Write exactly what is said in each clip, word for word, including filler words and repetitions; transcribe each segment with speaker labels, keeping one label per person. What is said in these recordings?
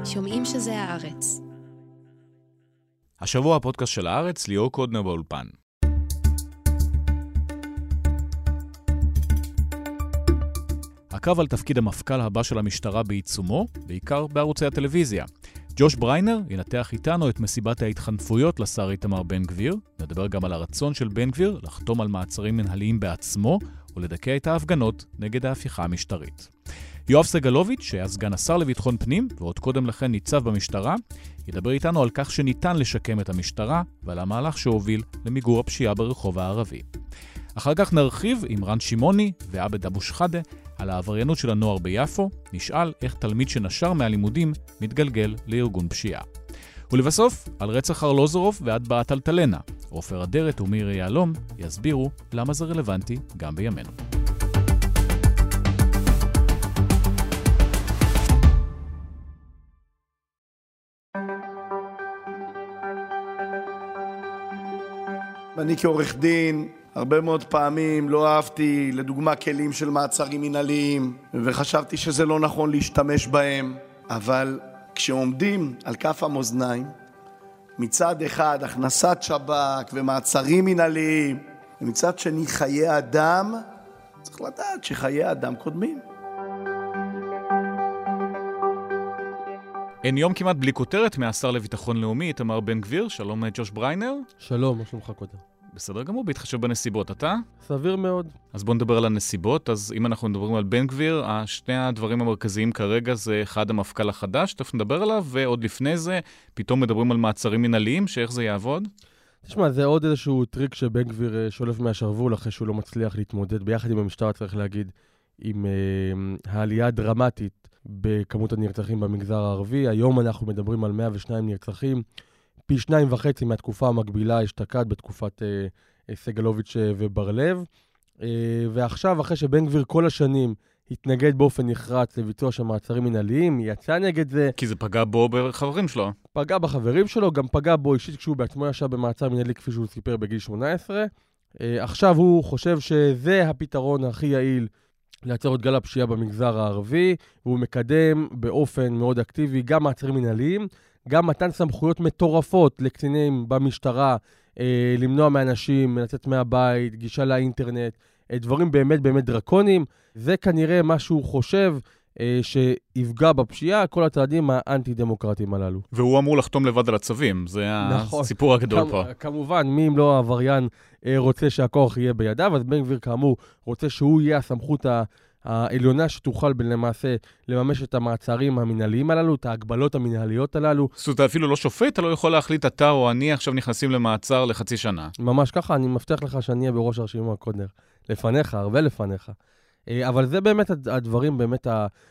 Speaker 1: שומעים שזה הארץ.
Speaker 2: השבוע הפודקאסט של הארץ, ליאור קודנר באולפן. הקרב על תפקיד המפכ"ל הבא של המשטרה בעיצומו, בעיקר בערוצי הטלוויזיה. ג'וש בריינר ינתח איתנו את מסיבת ההתחנפויות לשר איתמר בן גביר. נדבר גם על הרצון של בן גביר לחתום על מעצרים מנהליים בעצמו, ולדכא את ההפגנות נגד ההפיכה המשטרית. יואב סגלוביץ', שהיה סגן השר לביטחון פנים, ועוד קודם לכן ניצב במשטרה, ידבר איתנו על כך שניתן לשקם את המשטרה, ועל המהלך שהוביל למיגור הפשיעה ברחוב הערבי. אחר כך נרחיב עם רן שימוני ועבד אבו שחאדה על העבריינות של הנוער ביפו, נשאל איך תלמיד שנשר מהלימודים מתגלגל לארגון פשיעה. ולבסוף, על רצח ארלוזורוב ועד בעת אלטלנה, עופר אדרת ומירי יעלום יסבירו למה זה רלוונטי גם בימינו.
Speaker 3: אני כעורך דין הרבה מאוד פעמים לא אהבתי, לדוגמה, כלים של מעצרים מנהליים, וחשבתי שזה לא נכון להשתמש בהם. אבל כשעומדים על כף המאזניים, מצד אחד הכנסת שב"כ ומעצרים מנהליים, ומצד שני חיי אדם, צריך לדעת שחיי אדם קודמים.
Speaker 2: אין יום כמעט בלי כותרת מהשר לביטחון לאומי, איתמר בן גביר. שלום ג'וש בריינר.
Speaker 4: שלום, מה שלומך קודם?
Speaker 2: בסדר גמור, בהתחשב בנסיבות, אתה?
Speaker 4: סביר מאוד.
Speaker 2: אז בוא נדבר על הנסיבות. אז אם אנחנו מדברים על בן גביר, שני הדברים המרכזיים כרגע זה אחד, המפכ"ל החדש, תכף נדבר עליו, ועוד לפני זה, פתאום מדברים על מעצרים מנהליים, שאיך זה יעבוד?
Speaker 4: תשמע, זה עוד איזשהו טריק שבן גביר שולף מהשרוול אחרי שהוא לא מצליח להתמודד, ביחד עם המשטרה צריך להגיד, עם uh, העלייה הדרמטית בכמות הנרצחים במגזר הערבי. היום אנחנו מדברים על מאה ושניים נרצחים, פי שניים וחצי מהתקופה המקבילה השתקד בתקופת uh, סגלוביץ' וברלב. Uh, ועכשיו, אחרי שבן גביר כל השנים התנגד באופן נחרץ לביצוע של מעצרים מנהליים, יצא נגד זה.
Speaker 2: כי זה פגע בו בחברים שלו.
Speaker 4: פגע בחברים שלו, גם פגע בו אישית כשהוא בעצמו ישב במעצר מנהלי כפי שהוא סיפר בגיל שמונה עשרה. Uh, עכשיו הוא חושב שזה הפתרון הכי יעיל לעצור את גל הפשיעה במגזר הערבי, והוא מקדם באופן מאוד אקטיבי גם מעצרים מנהליים, גם מתן סמכויות מטורפות לקצינים במשטרה, אה, למנוע מאנשים לצאת מהבית, גישה לאינטרנט, אה, דברים באמת באמת דרקונים. זה כנראה מה שהוא חושב אה, שיפגע בפשיעה, כל הצעדים האנטי-דמוקרטיים הללו.
Speaker 2: והוא אמור לחתום לבד על הצווים, זה נכון. הסיפור הגדול
Speaker 4: כ-
Speaker 2: פה.
Speaker 4: כמובן, מי אם לא העבריין אה, רוצה שהכוח יהיה בידיו, אז בן גביר כאמור רוצה שהוא יהיה הסמכות ה... העליונה שתוכל למעשה לממש את המעצרים המנהליים הללו, את ההגבלות המנהליות הללו.
Speaker 2: זאת אומרת, אפילו לא שופט, אתה לא יכול להחליט אתה או אני עכשיו נכנסים למעצר לחצי שנה.
Speaker 4: ממש ככה, אני מבטיח לך שאני אהיה בראש הרשימה הקודם, לפניך, הרבה לפניך. אבל זה באמת הדברים, באמת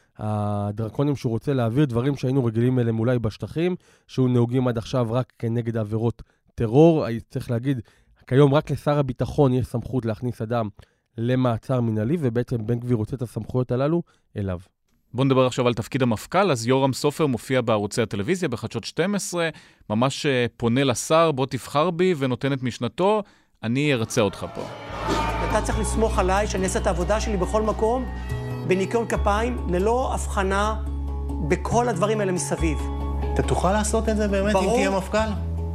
Speaker 4: הדרקונים שהוא רוצה להעביר, דברים שהיינו רגילים אליהם אולי בשטחים, שהוא נהוגים עד עכשיו רק כנגד עבירות טרור. צריך להגיד, כיום רק לשר הביטחון יש סמכות להכניס אדם למעצר מנהלי, ובעצם בן גביר רוצה את הסמכויות הללו אליו.
Speaker 2: בוא נדבר עכשיו על תפקיד המפכ"ל. אז יורם סופר מופיע בערוצי הטלוויזיה בחדשות שתים עשרה, ממש פונה לשר, בוא תבחר בי ונותן את משנתו, אני ארצה אותך פה.
Speaker 5: אתה צריך לסמוך עליי שאני אעשה את העבודה שלי בכל מקום, בניקיון כפיים, ללא הבחנה בכל הדברים האלה מסביב.
Speaker 6: אתה תוכל לעשות את זה באמת ברור, אם תהיה מפכ"ל?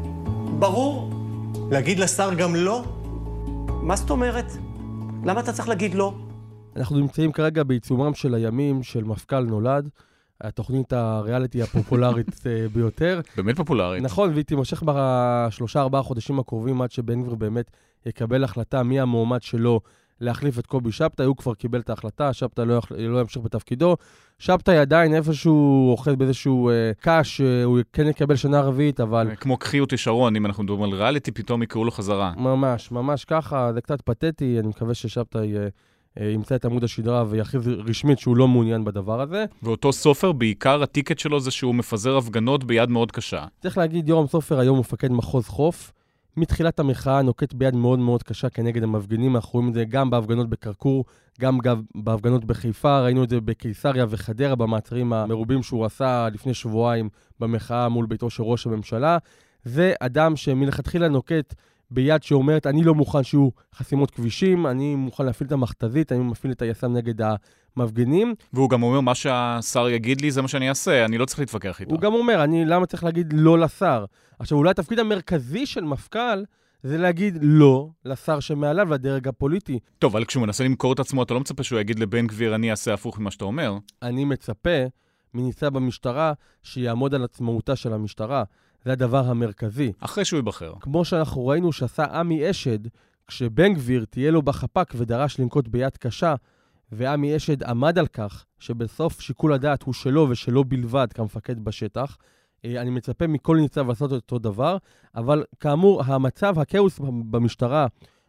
Speaker 5: ברור.
Speaker 6: להגיד לשר גם לא?
Speaker 5: מה זאת אומרת? למה אתה צריך להגיד לא? אנחנו
Speaker 4: נמצאים כרגע בעיצומם של הימים של מפכ"ל נולד, התוכנית הריאליטי הפופולרית ביותר.
Speaker 2: באמת פופולרית.
Speaker 4: נכון, והיא תימשך בשלושה ארבעה חודשים הקרובים עד שבן גביר באמת יקבל החלטה מי המועמד שלו להחליף את קובי שבתאי. הוא כבר קיבל את ההחלטה, שבתאי לא, לא ימשיך בתפקידו. שבתאי עדיין איפשהו אוכל באיזשהו אה, קש, אה, הוא כן יקבל שנה רביעית, אבל...
Speaker 2: כמו קחי אותי שרון, אם אנחנו מדברים על ריאליטי, פתאום יקראו לו חזרה.
Speaker 4: ממש, ממש ככה, זה קצת פתטי, אני מקווה ששבתאי אה, אה, ימצא את עמוד השדרה ויחיד רשמית שהוא לא מעוניין בדבר הזה.
Speaker 2: ואותו סופר, בעיקר הטיקט שלו זה שהוא מפזר הפגנות ביד מאוד קשה.
Speaker 4: צריך להגיד, יורם סופר היום מפקד מחוז חוף, מתחילת המחאה נוקט ביד מאוד מאוד קשה כנגד המפגינים. אנחנו רואים את זה גם בהפגנות בקרקור, גם בהפגנות בחיפה, ראינו את זה בקיסריה וחדרה, במעצרים המרובים שהוא עשה לפני שבועיים במחאה מול ביתו של ראש הממשלה. זה אדם שמלכתחילה נוקט ביד שאומרת, אני לא מוכן שיהיו חסימות כבישים, אני מוכן להפעיל את המכתזית, אני מפעיל את היס"מ נגד המפגינים.
Speaker 2: והוא גם אומר, מה שהשר יגיד לי, זה מה שאני אעשה, אני לא צריך להתווכח איתו.
Speaker 4: הוא גם אומר, אני למה צריך להגיד לא לשר? עכשיו, אולי התפקיד המרכזי של מפכ"ל, זה להגיד לא לשר שמעליו, לדרג הפוליטי.
Speaker 2: טוב, אבל כשהוא מנסה למכור את עצמו, אתה לא מצפה שהוא יגיד לבן גביר, אני אעשה הפוך ממה שאתה אומר.
Speaker 4: אני מצפה מניצב במשטרה שיעמוד על עצמאותה של המשטרה. זה הדבר המרכזי.
Speaker 2: אחרי שהוא ייבחר.
Speaker 4: כמו שאנחנו ראינו שעשה עמי אשד, כשבן גביר תהיה לו בחפק ודרש לנקוט ביד קשה, ועמי אשד עמד על כך שבסוף שיקול הדעת הוא שלו ושלו בלבד כמפקד בשטח. אני מצפה מכל ניצב לעשות אותו דבר, אבל כאמור, המצב, הכאוס במשטרה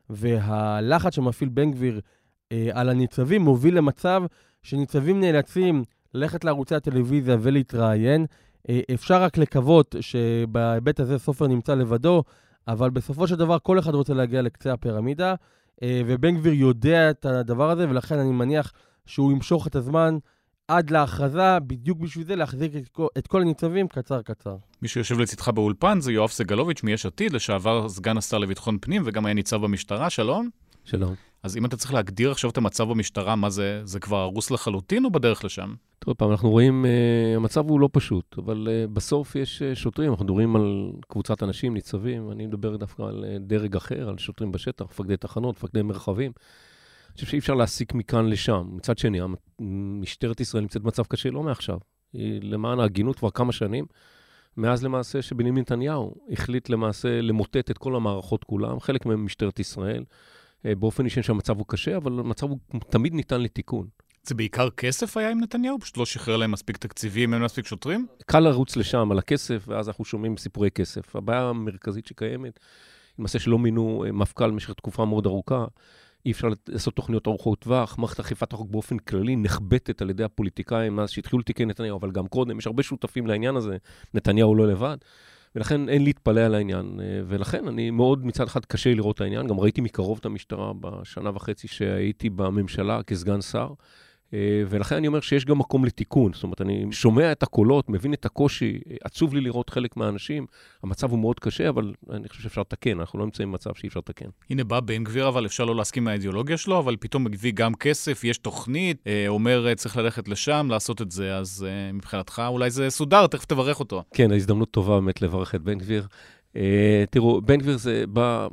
Speaker 4: והלחץ שמפעיל בן גביר על הניצבים מוביל למצב שניצבים נאלצים ללכת לערוצי הטלוויזיה ולהתראיין. אפשר רק לקוות שבהיבט הזה סופר נמצא לבדו, אבל בסופו של דבר כל אחד רוצה להגיע לקצה הפירמידה, ובן גביר יודע את הדבר הזה, ולכן אני מניח שהוא ימשוך את הזמן עד להכרזה, בדיוק בשביל זה להחזיק את כל, את כל הניצבים קצר קצר.
Speaker 2: מי שיושב לצדך באולפן זה יואב סגלוביץ' מיש עתיד, לשעבר סגן השר לביטחון פנים, וגם היה ניצב במשטרה. שלום.
Speaker 1: שלום.
Speaker 2: אז אם אתה צריך להגדיר עכשיו את המצב במשטרה, מה זה, זה כבר הרוס לחלוטין או בדרך לשם?
Speaker 1: עוד פעם, אנחנו רואים, uh, המצב הוא לא פשוט, אבל uh, בסוף יש uh, שוטרים, אנחנו מדברים על קבוצת אנשים, ניצבים, אני מדבר דווקא על uh, דרג אחר, על שוטרים בשטח, מפקדי תחנות, מפקדי מרחבים. אני חושב שאי אפשר להסיק מכאן לשם. מצד שני, משטרת ישראל נמצאת במצב קשה לא מעכשיו. היא למען ההגינות כבר כמה שנים, מאז למעשה שבנימין נתניהו החליט למעשה למוטט את כל המערכות כולם, חלק מהם משטרת ישראל, באופן אישי שהמצב הוא קשה, אבל המצב הוא תמיד ניתן לתיקון.
Speaker 2: זה בעיקר כסף היה עם נתניהו? פשוט לא שחרר להם מספיק תקציבים, אין מספיק שוטרים?
Speaker 1: קל לרוץ לשם על הכסף, ואז אנחנו שומעים סיפורי כסף. הבעיה המרכזית שקיימת, למעשה שלא מינו מפכ"ל במשך תקופה מאוד ארוכה, אי אפשר לעשות תוכניות ארוכות טווח, מערכת אכיפת החוק באופן כללי נחבטת על ידי הפוליטיקאים, מאז שהתחילו לתיקן נתניהו, אבל גם קודם, יש הרבה שותפים לעניין הזה, נתניהו לא לבד, ולכן אין להתפלא על העניין, ולכן אני מאוד מצד אחד קשה לראות את העניין, גם ראיתי מקרוב את המשטרה בשנה וחצי שהייתי בממשלה כסגן שר, ולכן אני אומר שיש גם מקום לתיקון, זאת אומרת, אני שומע את הקולות, מבין את הקושי, עצוב לי לראות חלק מהאנשים, המצב הוא מאוד קשה, אבל אני חושב שאפשר לתקן, אנחנו לא נמצאים במצב שאי אפשר לתקן.
Speaker 2: הנה בא בן גביר, אבל אפשר לא להסכים מהאידיאולוגיה שלו, אבל פתאום מביא גם כסף, יש תוכנית, אומר צריך ללכת לשם, לעשות את זה, אז מבחינתך אולי זה סודר, תכף תברך אותו.
Speaker 1: כן, ההזדמנות טובה באמת לברך את בן גביר. Uh, תראו, בן גביר זה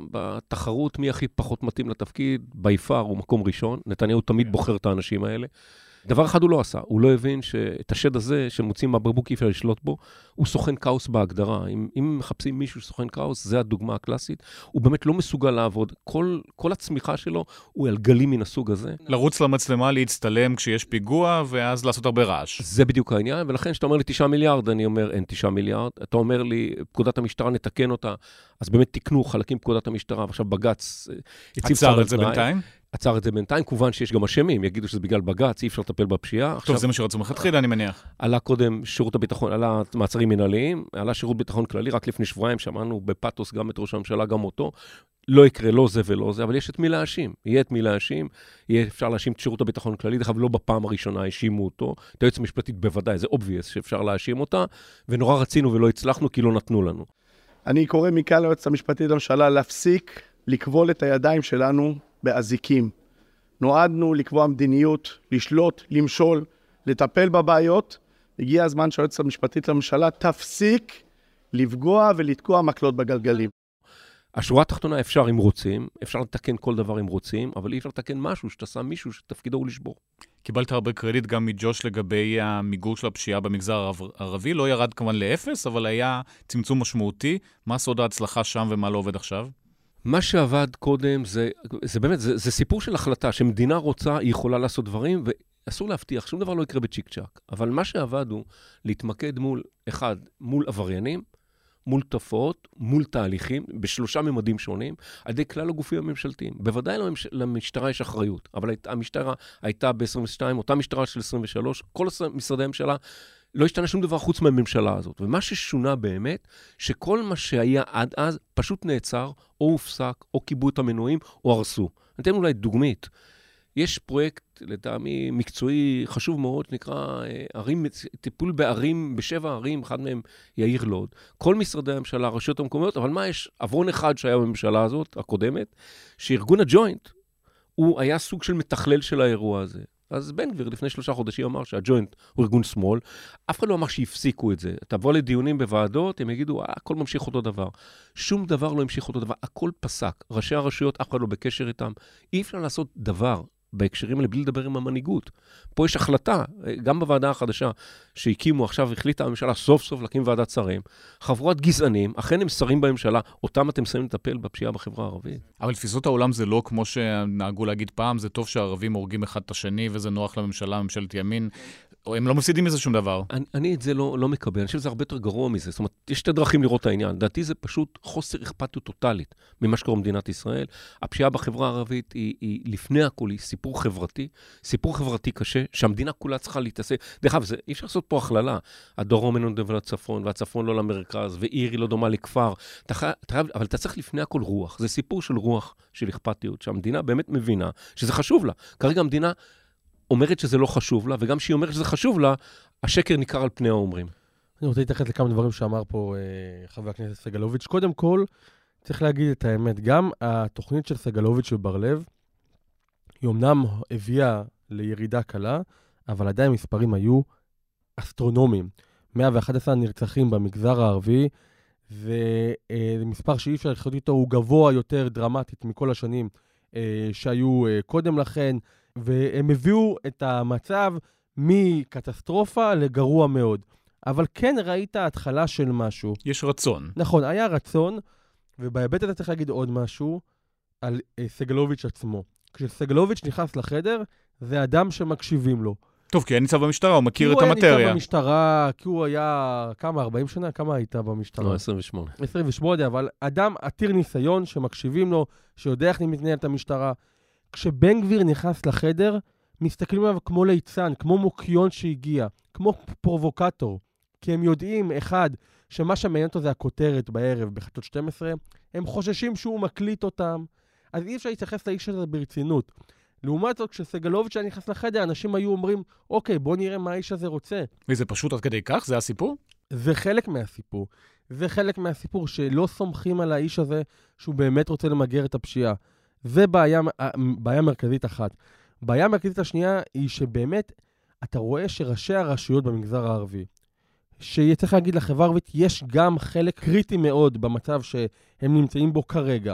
Speaker 1: בתחרות מי הכי פחות מתאים לתפקיד, ביפר הוא מקום ראשון, נתניהו תמיד בוחר את האנשים האלה. דבר אחד הוא לא עשה, הוא לא הבין שאת השד הזה שמוצאים מהבקבוק אי אפשר לשלוט בו, הוא סוכן כאוס בהגדרה. אם, אם מחפשים מישהו שסוכן כאוס, זה הדוגמה הקלאסית, הוא באמת לא מסוגל לעבוד. כל, כל הצמיחה שלו הוא על גלים מן הסוג הזה.
Speaker 2: לרוץ למצלמה, להצטלם כשיש פיגוע, ואז לעשות הרבה רעש.
Speaker 1: זה בדיוק העניין, ולכן שאתה אומר לי תשעה מיליארד, אני אומר אין תשעה מיליארד. אתה אומר לי, פקודת המשטרה נתקן אותה, אז באמת תקנו חלקים פקודת המשטרה, ועכשיו בג"ץ
Speaker 2: עצר את זה בינתיים?
Speaker 1: עצר את זה בינתיים, כמובן שיש גם אשמים, יגידו שזה בגלל בג"ץ, אי אפשר לטפל בפשיעה.
Speaker 2: טוב, עכשיו, זה מה שרצו מלכתחילה, אני מניח.
Speaker 1: עלה קודם שירות הביטחון, עלה מעצרים מנהליים, עלה שירות ביטחון כללי, רק לפני שבועיים שמענו בפאטוס גם את ראש הממשלה, גם אותו. לא יקרה לא זה ולא זה, אבל יש את מי להאשים. יהיה את מי להאשים, יהיה אפשר להאשים את שירות הביטחון כללי, דרך אגב לא בפעם הראשונה האשימו אותו, את היועצת המשפטית בוודאי, זה obvious שאפשר להאשים אותה, ונורא רצינו ולא הצלחנו כי לא נתנו לנו.
Speaker 3: אני קורא מכאן ליועצת המשפטית לממשלה להפסיק לכבול את הידיים שלנו באזיקים. נועדנו לקבוע מדיניות, לשלוט, למשול, לטפל בבעיות. הגיע הזמן שהיועצת המשפטית לממשלה תפסיק לפגוע ולתקוע מקלות בגלגלים.
Speaker 1: השורה התחתונה אפשר אם רוצים, אפשר לתקן כל דבר אם רוצים, אבל אי אפשר לתקן משהו שתעשה מישהו שתפקידו הוא לשבור.
Speaker 2: קיבלת הרבה קרדיט גם מג'וש לגבי המיגור של הפשיעה במגזר הערבי, לא ירד כמובן לאפס, אבל היה צמצום משמעותי. מה סוד ההצלחה שם ומה לא עובד עכשיו?
Speaker 1: מה שעבד קודם זה, זה באמת, זה, זה סיפור של החלטה, שמדינה רוצה, היא יכולה לעשות דברים, ואסור להבטיח, שום דבר לא יקרה בצ'יק צ'ק. אבל מה שעבד הוא להתמקד מול, אחד, מול עבריינים, מול תופעות, מול תהליכים, בשלושה ממדים שונים, על ידי כלל הגופים הממשלתיים. בוודאי למש... למשטרה יש אחריות, אבל המשטרה הייתה ב-עשרים ושתיים, אותה משטרה של עשרים ושלוש, כל משרדי הממשלה, לא השתנה שום דבר חוץ מהממשלה הזאת. ומה ששונה באמת, שכל מה שהיה עד אז פשוט נעצר, או הופסק, או קיבו את המנועים, או הרסו. נתן אולי דוגמית. יש פרויקט, לטעמי, מקצועי חשוב מאוד, שנקרא ערים, טיפול בערים, בשבע ערים, אחד מהם יאיר לוד. כל משרדי הממשלה, הרשויות המקומיות, אבל מה יש? עברון אחד שהיה בממשלה הזאת, הקודמת, שארגון הג'וינט, הוא היה סוג של מתכלל של האירוע הזה. אז בן גביר לפני שלושה חודשים אמר שהג'וינט הוא ארגון שמאל, אף אחד לא אמר שיפסיקו את זה. תבוא לדיונים בוועדות, הם יגידו, אה, הכל ממשיך אותו דבר. שום דבר לא המשיך אותו דבר, הכל פסק. ראשי הרשויות, אף אחד לא בקשר איתם. אי אפשר לעשות דבר בהקשרים האלה בלי לדבר עם המנהיגות. פה יש החלטה, גם בוועדה החדשה שהקימו עכשיו, החליטה הממשלה סוף סוף להקים ועדת שרים, חבורת גזענים, אכן הם שרים בממשלה, אותם אתם שמים לטפל בפשיעה בחברה הערבית.
Speaker 2: אבל תפיסות העולם זה לא כמו שנהגו להגיד פעם, זה טוב שהערבים הורגים אחד את השני, וזה נוח לממשלה, ממשלת ימין. הם לא מפסידים מזה שום דבר.
Speaker 1: אני, אני את זה לא, לא מקבל, אני חושב שזה הרבה יותר גרוע מזה. זאת אומרת, יש שתי דרכים לראות את העניין. לדעתי זה פשוט חוסר אכפתיות טוטלית ממה שקורה במדינת ישראל. הפשיעה בחברה הערבית היא, היא לפני הכל, היא סיפור חברתי, סיפור חברתי קשה, שהמדינה כולה צריכה להתעסק. דרך אגב, אי אפשר לעשות פה הכללה. הדרום אינו דומה לצפון, והצפון לא למרכז, ועיר היא לא דומה לכפר. אתה חייב, אתה חייב, אבל אתה צריך לפני הכל רוח. זה סיפור של רוח, של אכפתיות, שהמדינה באמת מבינה שזה חשוב לה. כרגע המדינה אומרת שזה לא חשוב לה, וגם שהיא אומרת שזה חשוב לה, השקר ניכר על פני האומרים.
Speaker 4: אני רוצה להתייחס לכמה דברים שאמר פה אה, חבר הכנסת סגלוביץ'. קודם כל, צריך להגיד את האמת, גם התוכנית של סגלוביץ' ובר-לב, היא אמנם הביאה לירידה קלה, אבל עדיין מספרים היו אסטרונומיים. מאה ואחד עשר נרצחים במגזר הערבי, ומספר שאי אפשר לחיות איתו, הוא גבוה יותר דרמטית מכל השנים אה, שהיו אה, קודם לכן, והם הביאו את המצב מקטסטרופה לגרוע מאוד. אבל כן ראית התחלה של משהו.
Speaker 2: יש רצון.
Speaker 4: נכון, היה רצון, ובהיבט הזה צריך להגיד עוד משהו על אה, סגלוביץ' עצמו. כשסגלוביץ' נכנס לחדר, זה אדם שמקשיבים לו.
Speaker 2: טוב, כי היה ניצב במשטרה, הוא מכיר את המטריה.
Speaker 4: הוא היה ניצב במשטרה, כי הוא היה, כמה, ארבעים שנה? כמה הייתה במשטרה?
Speaker 1: לא, עשרים ושמונה.
Speaker 4: עשרים ושמונה, אבל אדם עתיר ניסיון שמקשיבים לו, שיודע איך מתנהלת המשטרה. כשבן גביר נכנס לחדר, מסתכלים עליו כמו ליצן, כמו מוקיון שהגיע, כמו פרובוקטור. כי הם יודעים, אחד, שמה שמעניין אותו זה הכותרת בערב, בחדשות שתים עשרה, הם חוששים שהוא מקליט אותם, אז אי אפשר להתייחס לאיש הזה ברצינות. לעומת זאת, כשסגלוביץ' היה נכנס לחדר, אנשים היו אומרים, אוקיי, בוא נראה מה האיש הזה רוצה.
Speaker 2: וזה פשוט עד כדי כך? זה הסיפור?
Speaker 4: זה חלק מהסיפור. זה חלק מהסיפור שלא סומכים על האיש הזה שהוא באמת רוצה למגר את הפשיעה. זה בעיה, בעיה מרכזית אחת. בעיה מרכזית השנייה היא שבאמת אתה רואה שראשי הרשויות במגזר הערבי, שצריך להגיד לחברה הערבית, יש גם חלק קריטי מאוד במצב שהם נמצאים בו כרגע.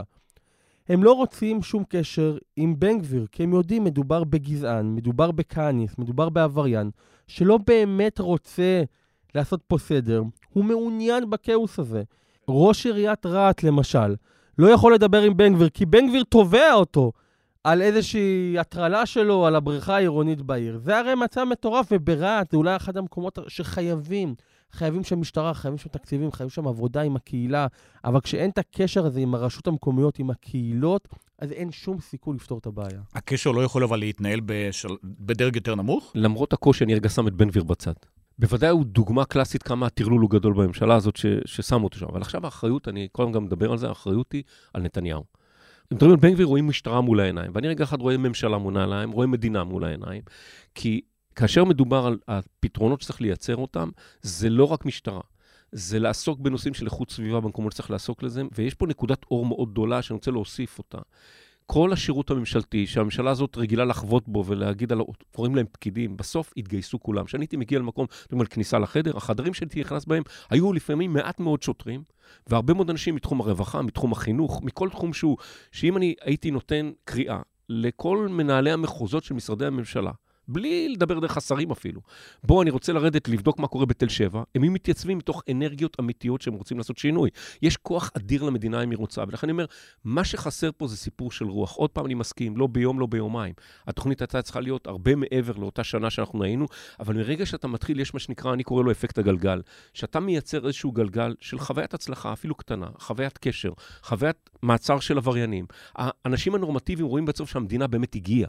Speaker 4: הם לא רוצים שום קשר עם בן גביר, כי הם יודעים, מדובר בגזען, מדובר בקאניס, מדובר בעבריין, שלא באמת רוצה לעשות פה סדר. הוא מעוניין בכאוס הזה. ראש עיריית רהט, למשל, לא יכול לדבר עם בן גביר, כי בן גביר תובע אותו על איזושהי הטרלה שלו, על הבריכה העירונית בעיר. זה הרי מצב מטורף, וברהט זה אולי אחד המקומות שחייבים, חייבים שם משטרה, חייבים שם תקציבים, חייבים שם עבודה עם הקהילה, אבל כשאין את הקשר הזה עם הרשות המקומיות, עם הקהילות, אז אין שום סיכוי לפתור את הבעיה.
Speaker 2: הקשר לא יכול אבל להתנהל בשל... בדרג יותר נמוך?
Speaker 1: למרות הקושי, אני רגע שם את בן גביר בצד. בוודאי הוא דוגמה קלאסית כמה הטרלול הוא גדול בממשלה הזאת ש... ששמו אותו שם. אבל עכשיו האחריות, אני קודם גם מדבר על זה, האחריות היא על נתניהו. אם מדברים על בן גביר, רואים משטרה מול העיניים, ואני רגע אחד רואה ממשלה מול העיניים, רואה מדינה מול העיניים, כי כאשר מדובר על הפתרונות שצריך לייצר אותם, זה לא רק משטרה. זה לעסוק בנושאים של איכות סביבה במקומות שצריך לעסוק לזה, ויש פה נקודת אור מאוד גדולה שאני רוצה להוסיף אותה. כל השירות הממשלתי, שהממשלה הזאת רגילה לחוות בו ולהגיד על, קוראים להם פקידים, בסוף התגייסו כולם. כשאני הייתי מגיע למקום, זאת אומרת, כניסה לחדר, החדרים שהייתי נכנס בהם, היו לפעמים מעט מאוד שוטרים, והרבה מאוד אנשים מתחום הרווחה, מתחום החינוך, מכל תחום שהוא, שאם אני הייתי נותן קריאה לכל מנהלי המחוזות של משרדי הממשלה, בלי לדבר דרך השרים אפילו. בוא, אני רוצה לרדת לבדוק מה קורה בתל שבע. הם מתייצבים מתוך אנרגיות אמיתיות שהם רוצים לעשות שינוי. יש כוח אדיר למדינה אם היא רוצה. ולכן אני אומר, מה שחסר פה זה סיפור של רוח. עוד פעם אני מסכים, לא ביום, לא ביומיים. התוכנית הייתה צריכה להיות הרבה מעבר לאותה שנה שאנחנו היינו, אבל מרגע שאתה מתחיל, יש מה שנקרא, אני קורא לו אפקט הגלגל, שאתה מייצר איזשהו גלגל של חוויית הצלחה, אפילו קטנה, חוויית קשר, חוויית מעצר של עבריינים. האנשים הנורמטיביים רואים בסוף שהמדינה באמת הגיעה.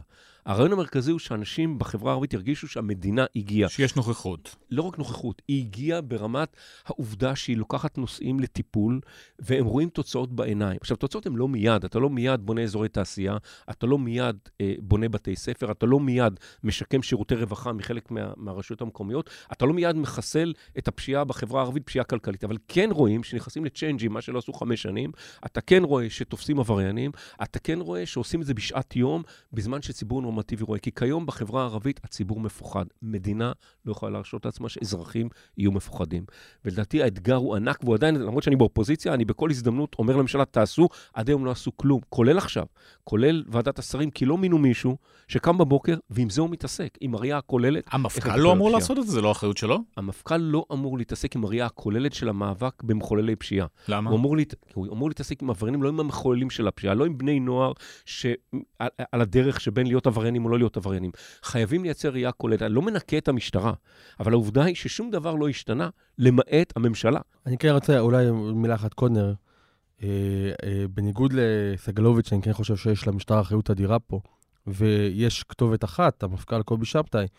Speaker 1: הרעיון המרכזי הוא שאנשים בחברה הערבית ירגישו שהמדינה הגיעה.
Speaker 2: שיש נוכחות.
Speaker 1: לא רק נוכחות, היא הגיעה ברמת העובדה שהיא לוקחת נושאים לטיפול, והם רואים תוצאות בעיניים. עכשיו, תוצאות הן לא מיד, אתה לא מיד בונה אזורי תעשייה, אתה לא מיד אה, בונה בתי ספר, אתה לא מיד משקם שירותי רווחה מחלק מה, מהרשויות המקומיות, אתה לא מיד מחסל את הפשיעה בחברה הערבית, פשיעה כלכלית, אבל כן רואים שנכנסים לצ'יינג'ים, מה שלא עשו חמש שנים, אתה כן רואה שתופסים עבריינים, אתה כן רואה שעושים את זה בשעת יום, בזמן שציבור נורמטיבי רואה, כי כיום בחברה הערבית הציבור מפוחד. מדינה לא יכולה להרשות לעצמה שאזרחים יהיו מפוחדים. ולדעתי האתגר הוא ענק, והוא עדיין, למרות שאני באופוזיציה, אני בכל הזדמנות אומר לממשלה, תעשו, עד היום לא עשו כלום, כולל עכשיו, כולל ועדת השרים, כי לא מינו מישהו שקם בבוקר, ועם זה הוא מתעסק, עם הראייה הכוללת.
Speaker 2: המפכ"ל לא אמור לעשות את זה, זה לא האחריות שלו?
Speaker 1: המפכ"ל לא אמור להתעסק עם הראייה הכוללת של המאבק במחוללי פשיעה.
Speaker 2: למה?
Speaker 1: הוא אמור, להת... הוא אמור להתעסק עם עבריינים, לא עם המחוללים של הפשיעה, לא עם בני נוער ש... על, על הדרך שבין להיות עבריינים או לא להיות עבריינים. חייבים לייצר ראייה כוללת. לא מנקה את המשטרה, אבל העובדה היא ששום דבר לא השתנה, למעט הממשלה.
Speaker 4: אני כן רוצה, אולי מילה אחת קודנר, אה, אה, בניגוד לסגלוביץ', אני כן חושב שיש למשטרה אחריות אדירה פה, ויש כתובת אחת, המפכ"ל קובי שבתאי,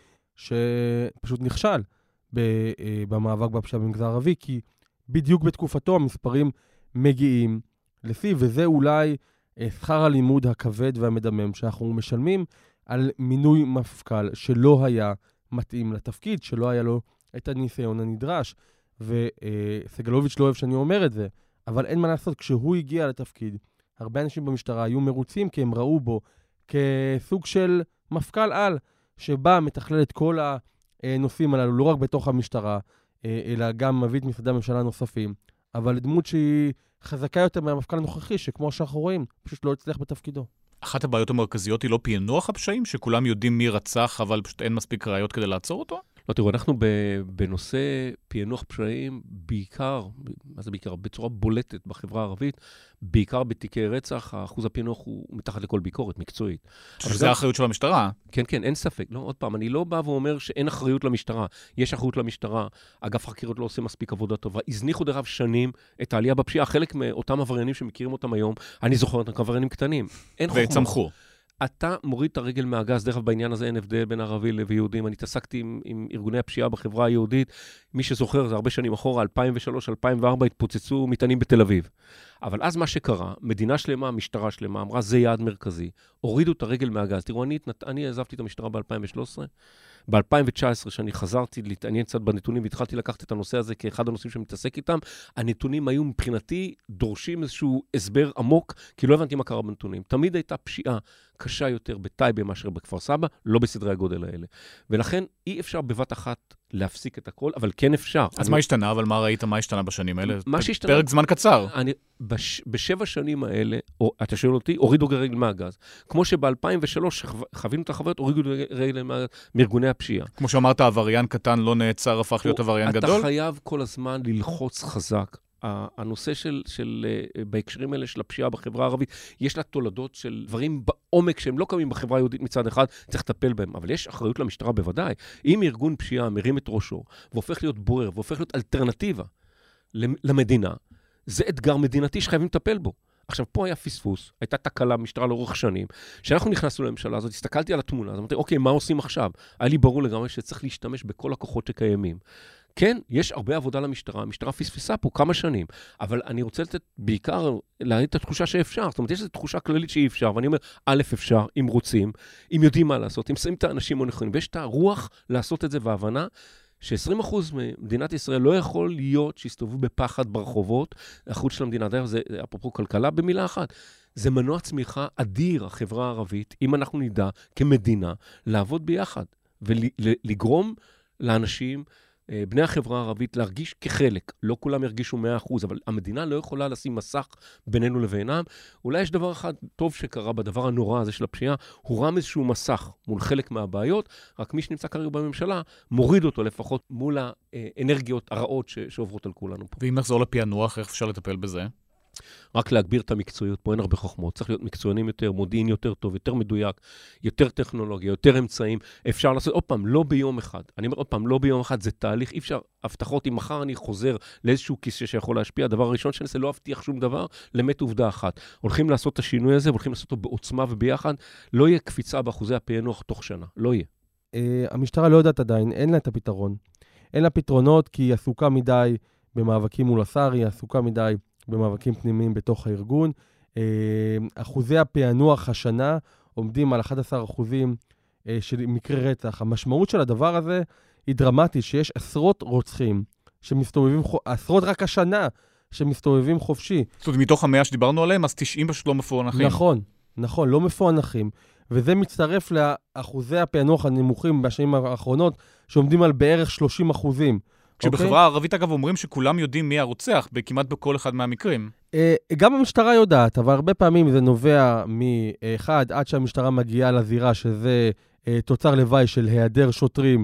Speaker 4: שפשוט נכשל ב, אה, במאבק בפשיעה במגזר הערבי, כי בדיוק בתקופתו המספרים מגיעים לשיא, וזה אולי אה, שכר הלימוד הכבד והמדמם שאנחנו משלמים על מינוי מפכ"ל שלא היה מתאים לתפקיד, שלא היה לו את הניסיון הנדרש. וסגלוביץ' לא אוהב שאני אומר את זה, אבל אין מה לעשות, כשהוא הגיע לתפקיד, הרבה אנשים במשטרה היו מרוצים, כי הם ראו בו כסוג של מפכ"ל על, שבא מתכלל את כל הנושאים הללו, לא רק בתוך המשטרה, אלא גם מביא את משרדי הממשלה הנוספים, אבל דמות שהיא חזקה יותר מהמפכ"ל הנוכחי, שכמו שאנחנו רואים, פשוט לא הצליח בתפקידו.
Speaker 2: אחת הבעיות המרכזיות היא לא פענוח הפשעים, שכולם יודעים מי רצח, אבל פשוט אין מספיק ראיות כדי לעצור אותו?
Speaker 1: לא, תראו, אנחנו בנושא פענוח פשעים, בעיקר, מה זה בעיקר? בצורה בולטת בחברה הערבית, בעיקר בתיקי רצח, האחוז הפענוח הוא מתחת לכל ביקורת מקצועית.
Speaker 2: שזה האחריות של המשטרה.
Speaker 1: כן, כן, אין ספק. לא, עוד פעם, אני לא בא ואומר שאין אחריות למשטרה. יש אחריות למשטרה. אגף חקירות לא עושה מספיק עבודה טובה. הזניחו דרך שנים את העלייה בפשיעה. חלק מאותם עבריינים שמכירים אותם היום, אני זוכר אותם כעבריינים קטנים. אין חוכמה.
Speaker 2: וצמחו.
Speaker 1: אתה מוריד את הרגל מהגז, דרך בעניין הזה אין הבדל בין ערבי ליהודים. אני התעסקתי עם, עם ארגוני הפשיעה בחברה היהודית. מי שזוכר, זה הרבה שנים אחורה, אלפיים ושלוש אלפיים וארבע התפוצצו מטענים בתל אביב. אבל אז מה שקרה, מדינה שלמה, משטרה שלמה, אמרה, זה יעד מרכזי. הורידו את הרגל מהגז. תראו, אני, אני עזבתי את המשטרה ב-אלפיים ושלוש עשרה. ב-אלפיים ותשע עשרה, שאני חזרתי להתעניין קצת בנתונים, והתחלתי לקחת את הנושא הזה כאחד הנושאים שמתעסק איתם, הנתונים היו מבחינתי דורשים איזשהו הסבר עמוק, כי לא הבנתי מה קרה בנתונים. תמיד הייתה פשיעה קשה יותר בטייבה מאשר בכפר סבא, לא בסדרי הגודל האלה. ולכן אי אפשר בבת אחת להפסיק את הכל, אבל כן אפשר.
Speaker 2: אז אני... מה השתנה? אבל מה ראית? מה השתנה בשנים האלה?
Speaker 1: מה שהשתנה...
Speaker 2: פרק זמן קצר.
Speaker 1: אני... בש... בשבע שנים האלה, או, אתה שואל אותי, הורידו רגל מהגז. כמו שב-אלפיים ושלוש חווינו את החוויות, הורידו רגל מהגז מארגוני הפשיעה.
Speaker 2: כמו שאמרת, עבריין קטן לא נעצר, הפך להיות עבריין
Speaker 1: אתה
Speaker 2: גדול?
Speaker 1: אתה חייב כל הזמן ללחוץ חזק. הנושא של, של, בהקשרים האלה של הפשיעה בחברה הערבית, יש לה תולדות של דברים בעומק שהם לא קמים בחברה היהודית מצד אחד, צריך לטפל בהם, אבל יש אחריות למשטרה בוודאי. אם ארגון פשיעה מרים את ראשו, והופך להיות בוער, והופך להיות אלטרנטיבה למדינה, זה אתגר מדינתי שחייבים לטפל בו. עכשיו, פה היה פספוס, הייתה תקלה במשטרה לאורך שנים, כשאנחנו נכנסנו לממשלה הזאת, הסתכלתי על התמונה, אז אמרתי, אוקיי, מה עושים עכשיו? היה לי ברור לגמרי שצריך להשתמש בכל הכוחות שקיימים. כן, יש הרבה עבודה למשטרה, המשטרה פספסה פה כמה שנים, אבל אני רוצה לתת בעיקר, להגיד את התחושה שאפשר, זאת אומרת, יש איזו תחושה כללית שאי אפשר, ואני אומר, א' אפשר, אם רוצים, אם יודעים מה לעשות, אם שמים את האנשים הנכונים, ויש את הרוח לעשות את זה וההבנה, ש-עשרים אחוז ממדינת ישראל לא יכול להיות שיסתובבו בפחד ברחובות, החוץ של המדינה, דרך זה, אפרופו כלכלה, במילה אחת, זה מנוע צמיחה אדיר, החברה הערבית, אם אנחנו נדע כמדינה, לעבוד ביחד, ולגרום לאנשים, בני החברה הערבית, להרגיש כחלק. לא כולם ירגישו מאה אחוז, אבל המדינה לא יכולה לשים מסך בינינו לבינם. אולי יש דבר אחד טוב שקרה בדבר הנורא הזה של הפשיעה, הוא רם איזשהו מסך מול חלק מהבעיות, רק מי שנמצא כרגע בממשלה, מוריד אותו לפחות מול האנרגיות הרעות ש- שעוברות על כולנו פה.
Speaker 2: ואם נחזור לפענוח, איך אפשר לטפל בזה?
Speaker 1: רק להגביר את המקצועיות, פה אין הרבה חוכמות, צריך להיות מקצוענים יותר, מודיעין יותר טוב, יותר מדויק, יותר טכנולוגיה, יותר אמצעים, אפשר לעשות, עוד פעם, לא ביום אחד, אני אומר עוד פעם, לא ביום אחד, זה תהליך, אי אפשר, הבטחות, אם מחר אני חוזר לאיזשהו כיסא שיכול להשפיע, הדבר הראשון שאני אעשה, לא אבטיח שום דבר, למט עובדה אחת. הולכים לעשות את השינוי הזה, הולכים לעשות אותו בעוצמה וביחד, לא יהיה קפיצה באחוזי הפענוח תוך שנה, לא יהיה.
Speaker 4: המשטרה לא יודעת עדיין, אין לה את הפתרון. אין לה פתרונות כי היא עסוקה מדי במאבקים מול השר, היא עסוקה מדי במאבקים פנימיים בתוך הארגון. אחוזי הפענוח השנה עומדים על אחד עשר אחוזים של מקרי רצח. המשמעות של הדבר הזה היא דרמטית, שיש עשרות רוצחים שמסתובבים, עשרות רק השנה שמסתובבים חופשי.
Speaker 2: זאת אומרת, מתוך המאה שדיברנו עליהם, אז תשעים פשוט לא מפוענחים.
Speaker 4: נכון, נכון, לא מפוענחים. וזה מצטרף לאחוזי הפענוח הנמוכים בשנים האחרונות, שעומדים על בערך שלושים אחוזים.
Speaker 2: כשבחברה הערבית, אגב, אומרים שכולם יודעים מי הרוצח, כמעט בכל אחד מהמקרים.
Speaker 4: גם המשטרה יודעת, אבל הרבה פעמים זה נובע מאחד, עד שהמשטרה מגיעה לזירה, שזה תוצר לוואי של היעדר שוטרים,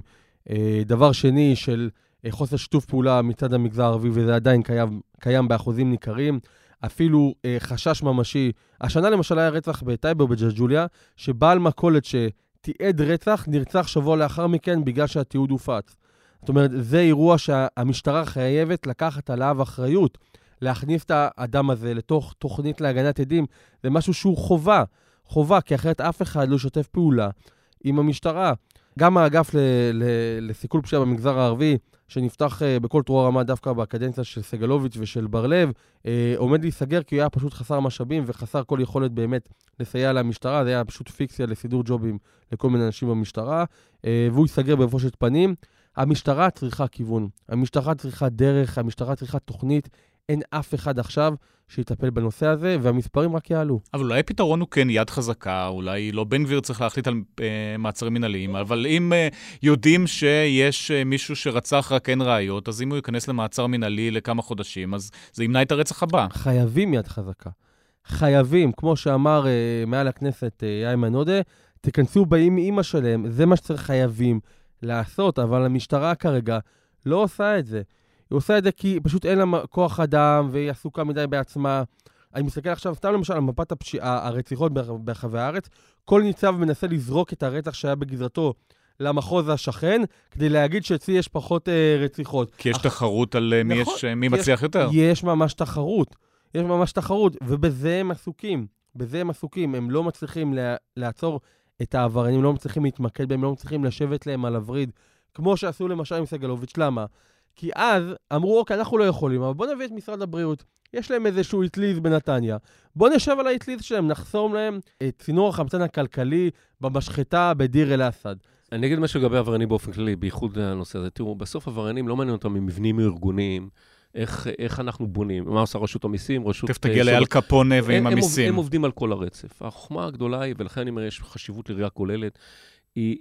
Speaker 4: דבר שני של חוסר שיתוף פעולה מצד המגזר הערבי, וזה עדיין קיים, קיים באחוזים ניכרים. אפילו אה, חשש ממשי. השנה למשל היה רצח בטייבה או בג'לג'וליה, שבעל מכולת שתיעד רצח נרצח שבוע לאחר מכן בגלל שהתיעוד הופץ. זאת אומרת, זה אירוע שהמשטרה חייבת לקחת עליו אחריות, להכניס את האדם הזה לתוך תוכנית להגנת עדים. זה משהו שהוא חובה, חובה, כי אחרת אף אחד לא שותף פעולה עם המשטרה. גם האגף ל- ל- לסיכול פשיעה במגזר הערבי, שנפתח uh, בכל תרוע רמה דווקא בקדנציה של סגלוביץ' ושל ברלב, uh, עומד להיסגר כי הוא היה פשוט חסר משאבים וחסר כל יכולת באמת לסייע למשטרה. זה היה פשוט פיקציה לסידור ג'ובים לכל מיני אנשים במשטרה, uh, והוא ייסגר בבושת פנים. המשטרה צריכה כיוון, המשטרה צריכה דרך, המשטרה צריכה תוכנית. אין אף אחד עכשיו שיטפל בנושא הזה, והמספרים רק יעלו.
Speaker 2: אבל אולי הפתרון הוא כן יד חזקה, אולי לא בן גביר צריך להחליט על אה, מעצרים מנהליים, אבל אם אה, יודעים שיש אה, מישהו שרצח רק אין ראיות, אז אם הוא ייכנס למעצר מנהלי לכמה חודשים, אז זה ימנע את הרצח הבא.
Speaker 4: חייבים יד חזקה. חייבים, כמו שאמר אה, מעל הכנסת אה, איימן עודה, תכנסו באים אמא שלהם, זה מה שצריך חייבים לעשות, אבל המשטרה כרגע לא עושה את זה. היא עושה את זה כי פשוט אין לה כוח אדם, והיא עסוקה מדי בעצמה. אני מסתכל עכשיו, סתם למשל, על מפת הפשיעה, הרציחות ברחבי הארץ, כל ניצב מנסה לזרוק את הרצח שהיה בגזרתו למחוז השכן, כדי להגיד שאצלי יש פחות אה, רציחות.
Speaker 2: כי יש אך... תחרות על מי, נכון, יש, מי מצליח
Speaker 4: יש,
Speaker 2: יותר.
Speaker 4: יש ממש תחרות. יש ממש תחרות, ובזה הם עסוקים. בזה הם עסוקים. הם לא מצליחים לה, לעצור את העבריינים, לא מצליחים להתמקד בהם, לא מצליחים לשבת להם על הוריד, כמו שעשו למשל עם סגלוביץ'. למה? כי אז אמרו, אוקיי, אנחנו לא יכולים, אבל בוא נביא את משרד הבריאות. יש להם איזשהו איטליז בנתניה. בוא נשב על האיטליז שלהם, נחסום להם את צינור החמצן הכלכלי במשחטה בדיר אל-אסד.
Speaker 1: אני אגיד משהו לגבי עבריינים באופן כללי, בייחוד הנושא הזה. תראו, בסוף עבריינים לא מעניין אותם ממבנים ארגוניים, איך, איך אנחנו בונים, מה עושה רשות המיסים, רשות...
Speaker 2: תכף תגיע לאל קפונה ועם
Speaker 1: הם,
Speaker 2: המיסים.
Speaker 1: הם, הם עובדים על כל הרצף. החוכמה הגדולה היא, ולכן אני אומר, יש חשיבות לראייה כוללת, היא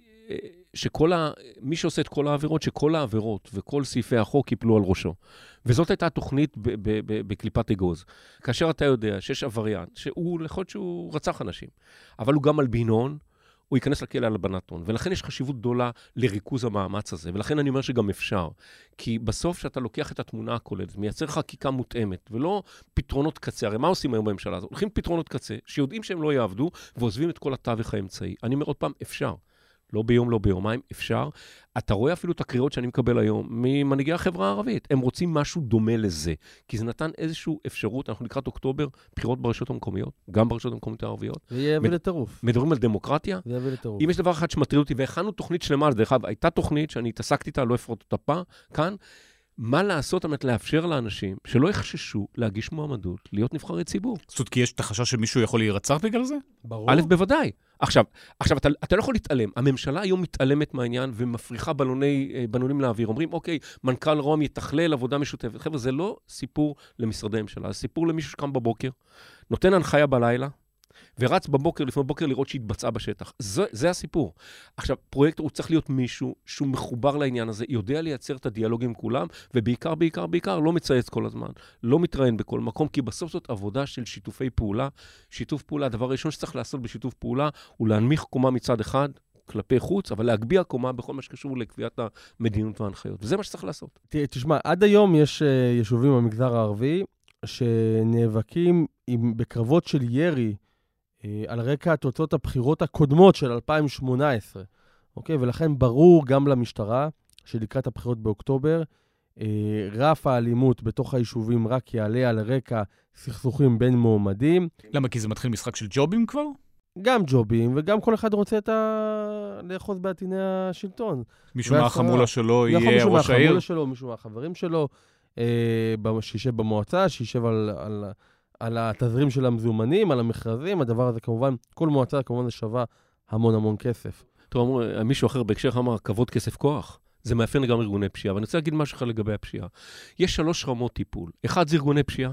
Speaker 1: שכל ה... מי שעושה את כל העבירות, שכל העבירות וכל סעיפי החוק ייפלו על ראשו. וזאת הייתה התוכנית ב- ב- ב- בקליפת אגוז. כאשר אתה יודע שיש עבריין, שהוא, יכול שהוא רצח אנשים, אבל הוא גם מלבינון, הוא ייכנס לכלא על הלבנת הון. ולכן יש חשיבות גדולה לריכוז המאמץ הזה. ולכן אני אומר שגם אפשר. כי בסוף שאתה לוקח את התמונה הכוללת, מייצר חקיקה מותאמת, ולא פתרונות קצה. הרי מה עושים היום בממשלה הזאת? הולכים פתרונות קצה, שיודעים שהם לא יעבדו, ועוזבים את כל התווך האמצעי. אני אומר עוד פעם, אפשר. לא ביום, לא ביומיים, אפשר. אתה רואה אפילו את הקריאות שאני מקבל היום ממנהיגי החברה הערבית. הם רוצים משהו דומה לזה, כי זה נתן איזושהי אפשרות, אנחנו לקראת אוקטובר, בחירות ברשויות המקומיות, גם ברשויות המקומיות הערביות.
Speaker 4: זה יהיה ולטירוף.
Speaker 1: מדברים על דמוקרטיה.
Speaker 4: זה יהיה ולטירוף.
Speaker 1: אם יש דבר אחד שמטריד אותי, והכנו תוכנית שלמה, דרך אגב, הייתה תוכנית שאני התעסקתי איתה, לא אפרוט אותה פה, כאן, מה לעשות, באמת לאפשר לאנשים שלא יחששו להגיש מועמדות, להיות נבחרי ציבור.
Speaker 2: זאת אומרת, כי יש את החשש שמישהו יכול להירצח בגלל זה?
Speaker 4: ברור.
Speaker 1: א', בוודאי. עכשיו, עכשיו אתה, אתה לא יכול להתעלם. הממשלה היום מתעלמת מהעניין ומפריחה בלוני, בלונים לאוויר. אומרים, אוקיי, מנכ"ל רום יתכלל עבודה משותפת. חבר'ה, זה לא סיפור למשרדי ממשלה, זה סיפור למישהו שקם בבוקר, נותן הנחיה בלילה, ורץ בבוקר, לפני בוקר, לראות שהתבצעה בשטח. זה, זה הסיפור. עכשיו, פרויקטור הוא צריך להיות מישהו שהוא מחובר לעניין הזה, יודע לייצר את הדיאלוג עם כולם, ובעיקר, בעיקר, בעיקר, לא מצייץ כל הזמן, לא מתראיין בכל מקום, כי בסוף זאת עבודה של שיתופי פעולה. שיתוף פעולה, הדבר הראשון שצריך לעשות בשיתוף פעולה, הוא להנמיך קומה מצד אחד, כלפי חוץ, אבל להגביה קומה בכל מה שקשור לקביעת המדיניות וההנחיות. וזה מה שצריך לעשות.
Speaker 4: תשמע, עד היום יש יישובים במגזר הערבי, שנאבקים עם, בקרבות של ירי אה, על רקע תוצאות הבחירות הקודמות של אלפיים שמונה עשרה. אוקיי? ולכן ברור גם למשטרה שלקראת הבחירות באוקטובר, אה, רף האלימות בתוך היישובים רק יעלה על רקע סכסוכים בין מועמדים.
Speaker 2: למה? כי זה מתחיל משחק של ג'ובים כבר?
Speaker 4: גם ג'ובים, וגם כל אחד רוצה את ה... לאחוז בעטיני השלטון.
Speaker 2: מישהו מהחמולה שלו יהיה ראש העיר?
Speaker 4: מישהו מהחמולה שלו, מישהו מהחברים שלו, אה, שישב במועצה, שישב על, על, על התזרים של המזומנים, על המכרזים. הדבר הזה כמובן, כל מועצה כמובן זה שווה המון המון כסף.
Speaker 1: טוב, מישהו אחר בהקשר אמר, כבוד כסף כוח. זה מאפיין גם ארגוני פשיעה, ואני רוצה להגיד משהו אחר לגבי הפשיעה. יש שלוש רמות טיפול. אחד זה ארגוני פשיעה.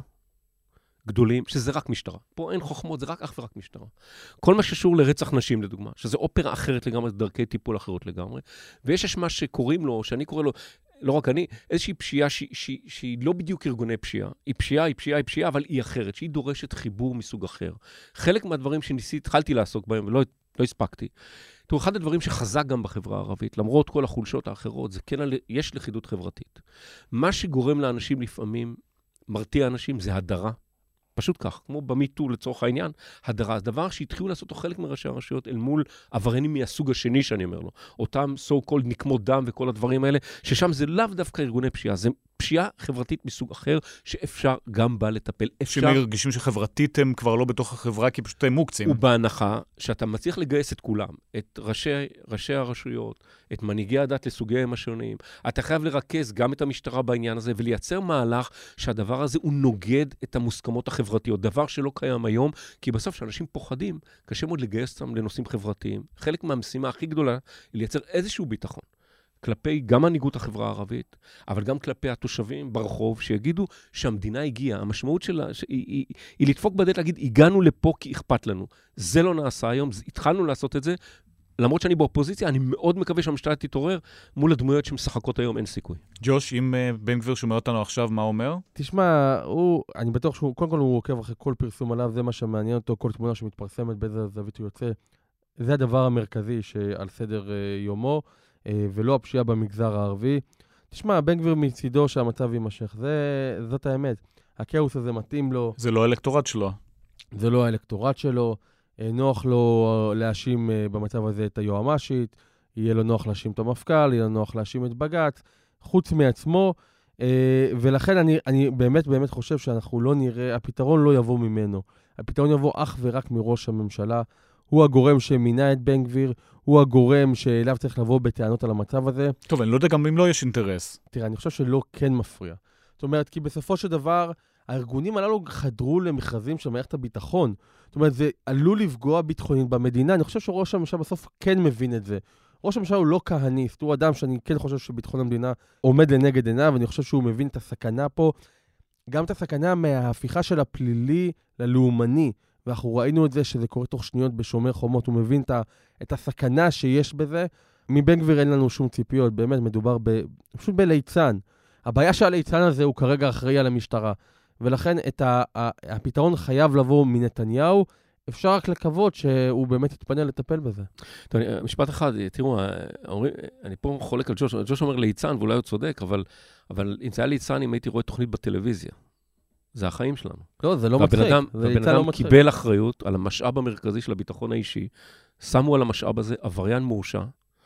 Speaker 1: גדולים, שזה רק משטרה. פה אין חוכמות, זה רק אך ורק משטרה. כל מה שקשור לרצח נשים, לדוגמה, שזה אופרה אחרת לגמרי, דרכי טיפול אחרות לגמרי, ויש יש מה שקוראים לו, שאני קורא לו, לא רק אני, איזושהי פשיעה שהיא, שהיא, שהיא לא בדיוק ארגוני פשיעה. היא פשיעה, היא פשיעה, היא פשיעה, אבל היא אחרת, שהיא דורשת חיבור מסוג אחר. חלק מהדברים שניסית, התחלתי לעסוק בהם, ולא לא הספקתי. תראו, אחד הדברים שחזק גם בחברה הערבית, למרות כל החולשות האחרות, זה כן, יש לכידות חברתית. מה שגורם לאנשים לפעמים, מרתיע אנשים, זה הדרה. פשוט כך, כמו במיטו לצורך העניין, הדרה. זה דבר שהתחילו לעשות אותו חלק מראשי הרשויות אל מול עבריינים מהסוג השני שאני אומר לו. אותם so called נקמות דם וכל הדברים האלה, ששם זה לאו דווקא ארגוני פשיעה, זה פשיעה חברתית מסוג אחר, שאפשר גם בה לטפל. אפשר...
Speaker 2: שמרגישים שחברתית הם כבר לא בתוך החברה, כי פשוט הם מוקצים.
Speaker 1: ובהנחה שאתה מצליח לגייס את כולם, את ראשי, ראשי הרשויות, את מנהיגי הדת לסוגיהם השונים, אתה חייב לרכז גם את המשטרה בעניין הזה, ולייצר מהלך שהדבר הזה הוא נוגד את המוסכמות החברתיות, דבר שלא קיים היום, כי בסוף שאנשים פוחדים, קשה מאוד לגייס אותם לנושאים חברתיים. חלק מהמשימה הכי גדולה היא לייצר איזשהו ביטחון. כלפי גם מנהיגות החברה הערבית, אבל גם כלפי התושבים ברחוב, שיגידו שהמדינה הגיעה, המשמעות שלה היא, היא, היא לדפוק בדלת, להגיד, הגענו לפה כי אכפת לנו. זה לא נעשה היום, התחלנו לעשות את זה, למרות שאני באופוזיציה, אני מאוד מקווה שהמשטרה תתעורר, מול הדמויות שמשחקות היום, אין סיכוי.
Speaker 2: ג'וש, אם uh, בן גביר שומע אותנו עכשיו, מה אומר?
Speaker 4: תשמע, הוא, אני בטוח שהוא, קודם כל הוא עוקב אחרי כל פרסום עליו, זה מה שמעניין אותו, כל תמונה שמתפרסמת, באיזה זווית הוא יוצא. זה הדבר המרכזי שעל סדר uh, יומו. ולא הפשיעה במגזר הערבי. תשמע, בן גביר מצידו שהמצב יימשך. זה, זאת האמת. הכאוס הזה מתאים לו.
Speaker 2: זה לא האלקטורט שלו.
Speaker 4: זה לא האלקטורט שלו. נוח לו להאשים במצב הזה את היועמ"שית. יהיה לו נוח להאשים את המפכ"ל, יהיה לו נוח להאשים את בג"ץ. חוץ מעצמו. ולכן אני, אני באמת באמת חושב שאנחנו לא נראה, הפתרון לא יבוא ממנו. הפתרון יבוא אך ורק מראש הממשלה. הוא הגורם שמינה את בן גביר, הוא הגורם שאליו צריך לבוא בטענות על המצב הזה.
Speaker 2: טוב, אני לא יודע גם אם לא יש אינטרס.
Speaker 4: תראה, אני חושב שלא כן מפריע. זאת אומרת, כי בסופו של דבר, הארגונים הללו חדרו למכרזים של מערכת הביטחון. זאת אומרת, זה עלול לפגוע ביטחונית במדינה. אני חושב שראש הממשלה בסוף כן מבין את זה. ראש הממשלה הוא לא כהניסט, הוא אדם שאני כן חושב שביטחון המדינה עומד לנגד עיניו, ואני חושב שהוא מבין את הסכנה פה, גם את הסכנה מההפיכה של הפלילי ללאומני. ואנחנו ראינו את זה שזה קורה תוך שניות בשומר חומות, הוא מבין את הסכנה שיש בזה. מבן גביר אין לנו שום ציפיות, באמת מדובר ב, פשוט בליצן. הבעיה שהליצן הזה הוא כרגע אחראי על המשטרה, ולכן את ה, הפתרון חייב לבוא מנתניהו, אפשר רק לקוות שהוא באמת יתפנה לטפל בזה.
Speaker 1: טוב, משפט אחד, תראו, אני פה חולק על ג'וש, ג'וש אומר ליצן, ואולי הוא צודק, אבל, אבל אם זה היה ליצן, אם הייתי רואה תוכנית בטלוויזיה, זה החיים שלנו.
Speaker 4: לא, זה לא מצחיק.
Speaker 1: והבן אדם לא קיבל אחריות על המשאב המרכזי של הביטחון האישי, שמו על המשאב הזה עבריין מורשע,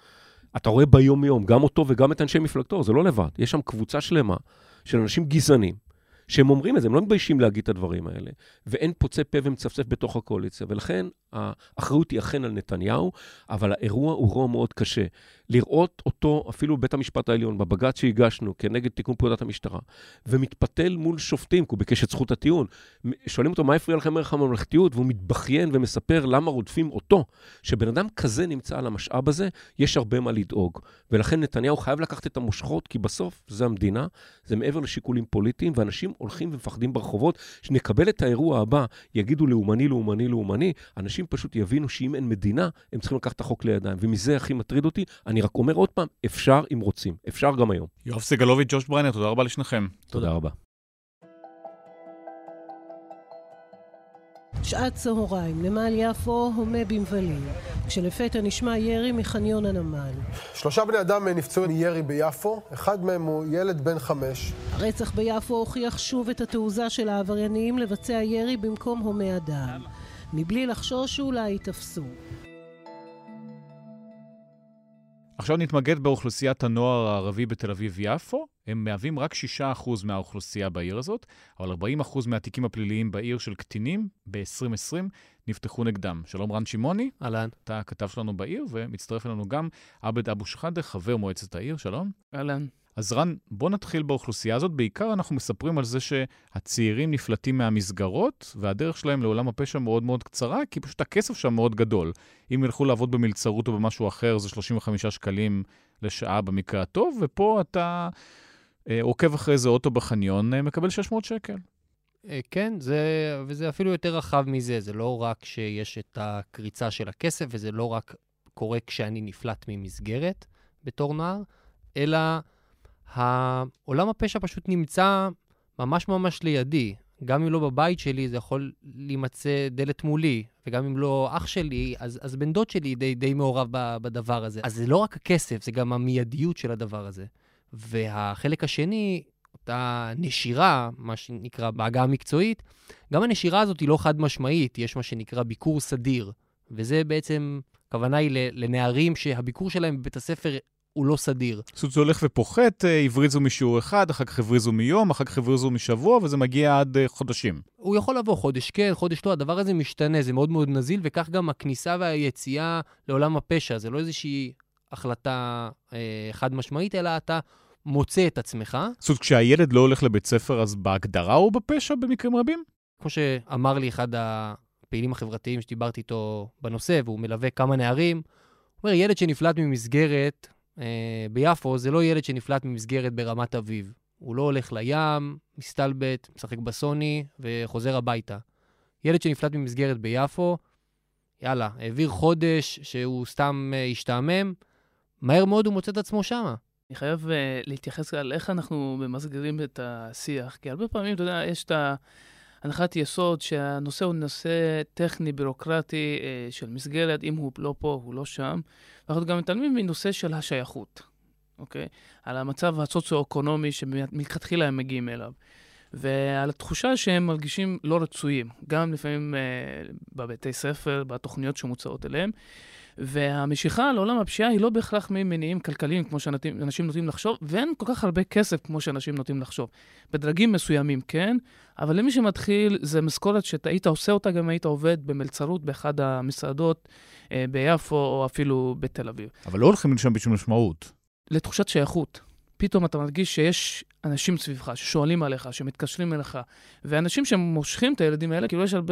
Speaker 1: אתה רואה ביום יום, גם אותו וגם את אנשי מפלגתו, זה לא לבד. יש שם קבוצה שלמה של אנשים גזענים, שהם אומרים את זה, הם לא מתביישים להגיד את הדברים האלה, ואין פוצה פה ומצפצף בתוך הקואליציה, ולכן האחריות היא אכן על נתניהו, אבל האירוע הוא אירוע מאוד קשה. לראות אותו אפילו בית המשפט העליון, בבג"ץ שהגשנו כנגד תיקון פקודת המשטרה, ומתפתל מול שופטים, כי הוא ביקש את זכות הטיעון, שואלים אותו מה הפריע לכם ערך הממלכתיות, והוא מתבכיין ומספר למה רודפים אותו, שבן אדם כזה נמצא על המשאב הזה, יש הרבה מה לדאוג, ולכן נתניהו חייב לקחת את המושכות, כי בסוף זה המדינה, זה מעבר לשיקולים פוליטיים, ואנשים הולכים ומפחדים ברחובות, שנקבל את האירוע הבא, יגידו לאומני, לאומני, לאומני, אנשים פשוט יבינו שאם אין מדינה, הם צריכים לקחת את החוק לידיים, ומזה הכי מטריד אותי, אני רק אומר עוד פעם, אפשר אם רוצים, אפשר גם היום.
Speaker 2: יואב סגלוביץ', ג'וש בריינר, תודה רבה לשניכם.
Speaker 1: תודה רבה.
Speaker 7: שעת צהריים, נמל יפו הומה במבלים, כשלפתע נשמע ירי מחניון הנמל.
Speaker 8: שלושה בני אדם נפצעו מירי ביפו, אחד מהם הוא ילד בן חמש.
Speaker 7: הרצח ביפו הוכיח שוב את התעוזה של העבריינים לבצע ירי במקום הומה אדם, מבלי לחשוש שאולי ייתפסו.
Speaker 2: עכשיו נתמקד באוכלוסיית הנוער הערבי בתל אביב-יפו. הם מהווים רק שישה אחוז מהאוכלוסייה בעיר הזאת, אבל ארבעים אחוז מהתיקים הפליליים בעיר של קטינים ב-עשרים עשרים נפתחו נגדם. שלום רן שמעוני.
Speaker 9: אהלן.
Speaker 2: אתה כתב שלנו בעיר, ומצטרף אלינו גם עבד אבו שחאדה, חבר מועצת העיר. שלום.
Speaker 9: אהלן.
Speaker 2: אז רן, בוא נתחיל באוכלוסייה הזאת. בעיקר אנחנו מספרים על זה שהצעירים נפלטים מהמסגרות, והדרך שלהם לעולם הפשע מאוד מאוד קצרה, כי פשוט הכסף שם מאוד גדול. אם ילכו לעבוד במלצרות או במשהו אחר, זה שלושים וחמישה שקלים לשעה במקרה הטוב, ופה אתה אה, עוקב אחרי איזה אוטו בחניון, אה, מקבל שש מאות שקל.
Speaker 9: אה, כן, זה, וזה אפילו יותר רחב מזה. זה לא רק שיש את הקריצה של הכסף, וזה לא רק קורה כשאני נפלט ממסגרת בתור נער, אלא העולם הפשע פשוט נמצא ממש ממש לידי. גם אם לא בבית שלי, זה יכול להימצא דלת מולי, וגם אם לא אח שלי, אז, אז בן דוד שלי די, די מעורב בדבר הזה. אז זה לא רק הכסף, זה גם המיידיות של הדבר הזה. והחלק השני, אותה נשירה, מה שנקרא בעגה המקצועית, גם הנשירה הזאת היא לא חד משמעית, יש מה שנקרא ביקור סדיר, וזה בעצם, הכוונה היא לנערים שהביקור שלהם בבית הספר הוא לא סדיר.
Speaker 2: זאת זה הולך ופוחת, הבריזו משיעור אחד, אחר כך הבריזו מיום, אחר כך הבריזו משבוע, וזה מגיע עד חודשים.
Speaker 9: הוא יכול לבוא חודש כן, חודש לא, הדבר הזה משתנה, זה מאוד מאוד נזיל, וכך גם הכניסה והיציאה לעולם הפשע, זה לא איזושהי החלטה אה, חד משמעית, אלא אתה מוצא את עצמך.
Speaker 2: זאת אומרת, כשהילד לא הולך לבית ספר, אז בהגדרה הוא בפשע במקרים רבים?
Speaker 9: כמו שאמר לי אחד הפעילים החברתיים שדיברתי איתו בנושא, והוא מלווה כמה נערים, הוא אומר, ילד שנפלט ממסגרת ביפו, זה לא ילד שנפלט ממסגרת ברמת אביב. הוא לא הולך לים, מסתלבט, משחק בסוני וחוזר הביתה. ילד שנפלט ממסגרת ביפו, יאללה, העביר חודש שהוא סתם השתעמם, מהר מאוד הוא מוצא את עצמו שמה.
Speaker 10: אני חייב uh, להתייחס על איך אנחנו ממסגרים את השיח, כי הרבה פעמים, אתה יודע, יש את הנחת יסוד שהנושא הוא נושא טכני, בירוקרטי uh, של מסגרת, אם הוא לא פה, הוא לא שם. ואנחנו גם מתעלמים מנושא של השייכות, אוקיי? על המצב הסוציו-אקונומי שמלכתחילה הם מגיעים אליו. ועל התחושה שהם מרגישים לא רצויים, גם לפעמים uh, בבתי ספר, בתוכניות שמוצאות אליהם. והמשיכה לעולם הפשיעה היא לא בהכרח ממניעים כלכליים, כמו שאנשים נוטים לחשוב, ואין כל כך הרבה כסף כמו שאנשים נוטים לחשוב. בדרגים מסוימים כן, אבל למי שמתחיל, זה משכורת שהיית עושה אותה, גם היית עובד במלצרות באחד המסעדות אה, ביפו, או אפילו בתל אביב.
Speaker 2: אבל לא הולכים לשם בשום משמעות.
Speaker 10: לתחושת שייכות. פתאום אתה מרגיש שיש אנשים סביבך, ששואלים עליך, שמתקשרים אליך, ואנשים שמושכים את הילדים האלה, כאילו יש הרבה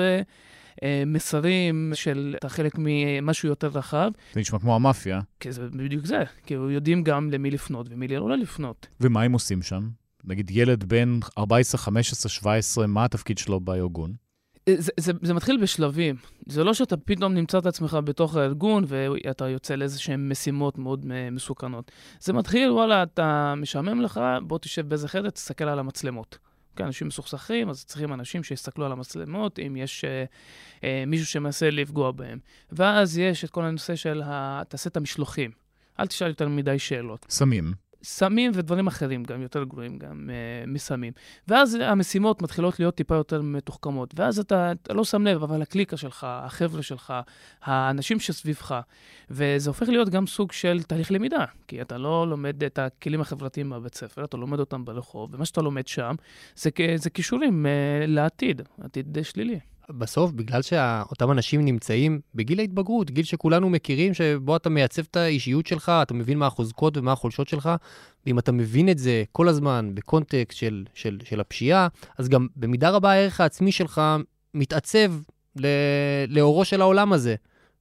Speaker 10: מסרים של חלק ממשהו יותר רחב.
Speaker 2: זה נשמע כמו המאפיה.
Speaker 10: כי זה בדיוק זה, כי יודעים גם למי לפנות ומי לא לפנות.
Speaker 2: ומה הם עושים שם? נגיד ילד בן ארבע עשרה, חמש עשרה, שבע עשרה, מה התפקיד שלו בארגון?
Speaker 10: זה, זה, זה מתחיל בשלבים. זה לא שאתה פתאום נמצא את עצמך בתוך הארגון ואתה יוצא לאיזשהם משימות מאוד מסוכנות. זה מתחיל, וואלה, אתה משעמם לך, בוא תשב באיזה חדר, תסתכל על המצלמות. כי אנשים מסוכסכים, אז צריכים אנשים שיסתכלו על המצלמות, אם יש אה, אה, מישהו שמנסה לפגוע בהם. ואז יש את כל הנושא של ה... תעשה את המשלוחים. אל תשאל יותר מדי שאלות.
Speaker 2: סמים.
Speaker 10: סמים ודברים אחרים, גם יותר גרועים, גם אה, מסמים. ואז המשימות מתחילות להיות טיפה יותר מתוחכמות. ואז אתה, אתה לא שם לב, אבל הקליקה שלך, החבר'ה שלך, האנשים שסביבך, וזה הופך להיות גם סוג של תהליך למידה, כי אתה לא לומד את הכלים החברתיים בבית ספר, אתה לומד אותם ברחוב, ומה שאתה לומד שם, זה, זה קישורים אה, לעתיד, עתיד שלילי.
Speaker 9: בסוף, בגלל שאותם אנשים נמצאים בגיל ההתבגרות, גיל שכולנו מכירים, שבו אתה מייצב את האישיות שלך, אתה מבין מה החוזקות ומה החולשות שלך, ואם אתה מבין את זה כל הזמן בקונטקסט של, של, של הפשיעה, אז גם במידה רבה הערך העצמי שלך מתעצב לאורו של העולם הזה.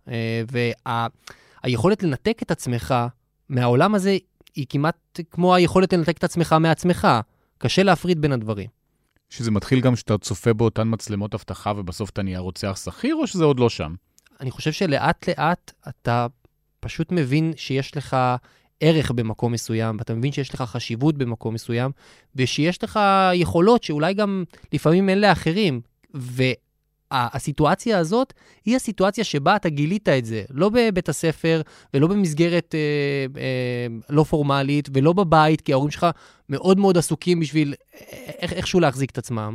Speaker 9: והיכולת לנתק את עצמך מהעולם הזה, היא כמעט כמו היכולת לנתק את עצמך מעצמך. קשה להפריד בין הדברים.
Speaker 2: שזה מתחיל גם שאתה צופה באותן מצלמות הבטחה ובסוף אתה נהיה רוצח שכיר, או שזה עוד לא שם?
Speaker 9: אני חושב שלאט לאט אתה פשוט מבין שיש לך ערך במקום מסוים, ואתה מבין שיש לך חשיבות במקום מסוים, ושיש לך יכולות שאולי גם לפעמים אין לאחרים, הסיטואציה הזאת היא הסיטואציה שבה אתה גילית את זה, לא בבית הספר ולא במסגרת אה, אה, לא פורמלית ולא בבית, כי ההורים שלך מאוד מאוד עסוקים בשביל איך, איכשהו להחזיק את עצמם,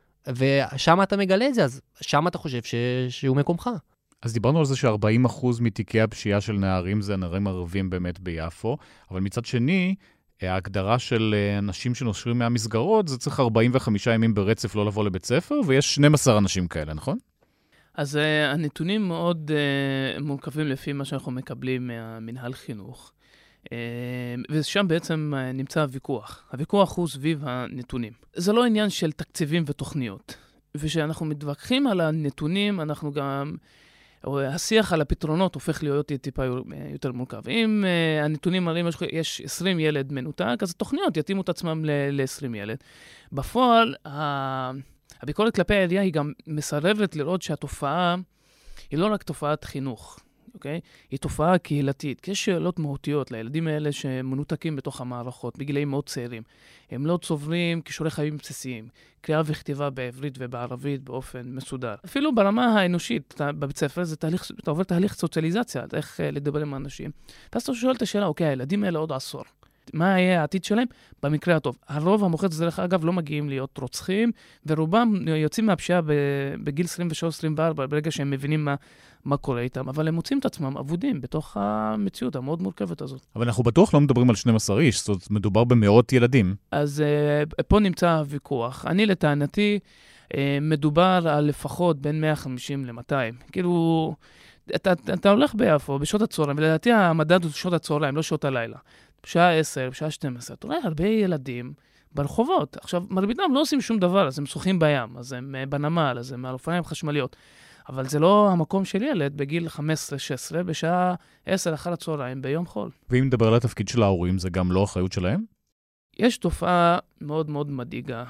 Speaker 9: ושם אתה מגלה את זה, אז שם אתה חושב ש, שהוא מקומך.
Speaker 2: אז דיברנו על זה ש-ארבעים אחוז מתיקי הפשיעה של נערים זה נערים ערבים באמת ביפו, אבל מצד שני, ההגדרה של אנשים שנושרים מהמסגרות, זה צריך ארבעים וחמישה ימים ברצף לא לבוא לבית ספר, ויש שנים עשר אנשים כאלה, נכון?
Speaker 10: אז uh, הנתונים מאוד uh, מורכבים לפי מה שאנחנו מקבלים מהמנהל חינוך. Uh, ושם בעצם uh, נמצא הוויכוח. הוויכוח הוא סביב הנתונים. זה לא עניין של תקציבים ותוכניות. ושאנחנו מתווכחים על הנתונים, אנחנו גם... או השיח על הפתרונות הופך להיות טיפה יותר מורכב. אם uh, הנתונים מראים יש עשרים ילד מנותק, אז התוכניות יתאימו את עצמם ל-עשרים ילד. בפועל, ה... הביקורת כלפי העירייה היא גם מסרבת לראות שהתופעה היא לא רק תופעת חינוך, אוקיי? היא תופעה קהילתית. כי יש שאלות מהותיות לילדים האלה שמנותקים בתוך המערכות, בגילאים מאוד צעירים. הם לא צוברים כישורי חיים בסיסיים, קריאה וכתיבה בעברית ובערבית באופן מסודר. אפילו ברמה האנושית, אתה, בבית ספר, זה תהליך, אתה עובר תהליך סוציאליזציה, איך לדבר עם האנשים. ואז אתה שואל את השאלה, אוקיי, הילדים האלה עוד עשור. מה יהיה העתיד שלהם? במקרה הטוב. הרוב המוחץ, דרך אגב, לא מגיעים להיות רוצחים, ורובם יוצאים מהפשיעה בגיל עשרים ושלוש עשרים וארבע, ברגע שהם מבינים מה, מה קורה איתם, אבל הם מוצאים את עצמם עבודים בתוך המציאות המאוד מורכבת הזאת.
Speaker 2: אבל אנחנו בטוח לא מדברים על שנים עשר איש, זאת אומרת, מדובר במאות ילדים.
Speaker 10: אז uh, פה נמצא הוויכוח. אני לטענתי, uh, מדובר על לפחות בין מאה וחמישים ל-מאתיים. כאילו, אתה, אתה הולך ביפו בשעות הצהריים, ולדעתי המדד הוא שעות הצהריים, לא שעות הלילה. בשעה עשר, בשעה שתים עשרה, אתה רואה הרבה ילדים ברחובות. עכשיו, מרביתם לא עושים שום דבר, אז הם שוחים בים, אז הם בנמל, אז הם על אופניים חשמליות. אבל זה לא המקום של ילד בגיל חמש עשרה שש עשרה, בשעה עשר אחר הצהריים ביום חול.
Speaker 2: ואם נדבר על התפקיד של ההורים, זה גם לא אחריות שלהם?
Speaker 10: יש תופעה מאוד מאוד מדאיגה,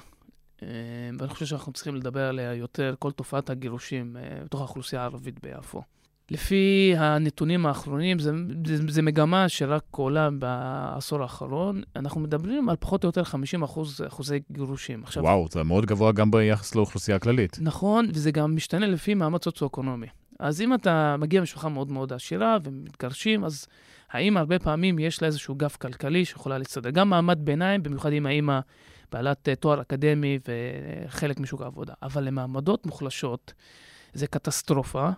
Speaker 10: ואני חושב שאנחנו צריכים לדבר עליה יותר, כל תופעת הגירושים בתוך האוכלוסייה הערבית ביפו. לפי הנתונים האחרונים, זה, זה, זה מגמה שרק עולה בעשור האחרון. אנחנו מדברים על פחות או יותר חמישים אחוז אחוזי גירושים. עכשיו,
Speaker 2: וואו, זה מאוד גבוה גם ביחס לאוכלוסייה הכללית.
Speaker 10: נכון, וזה גם משתנה לפי מעמד סוציו-אקונומי. אז אם אתה מגיע משפחה מאוד מאוד עשירה ומתגרשים, אז האם הרבה פעמים יש לה איזשהו גף כלכלי שיכולה להצטדר. גם מעמד ביניים, במיוחד עם האמא בעלת תואר אקדמי וחלק משוק העבודה. אבל למעמדות מוחלשות, זה קטסטרופה.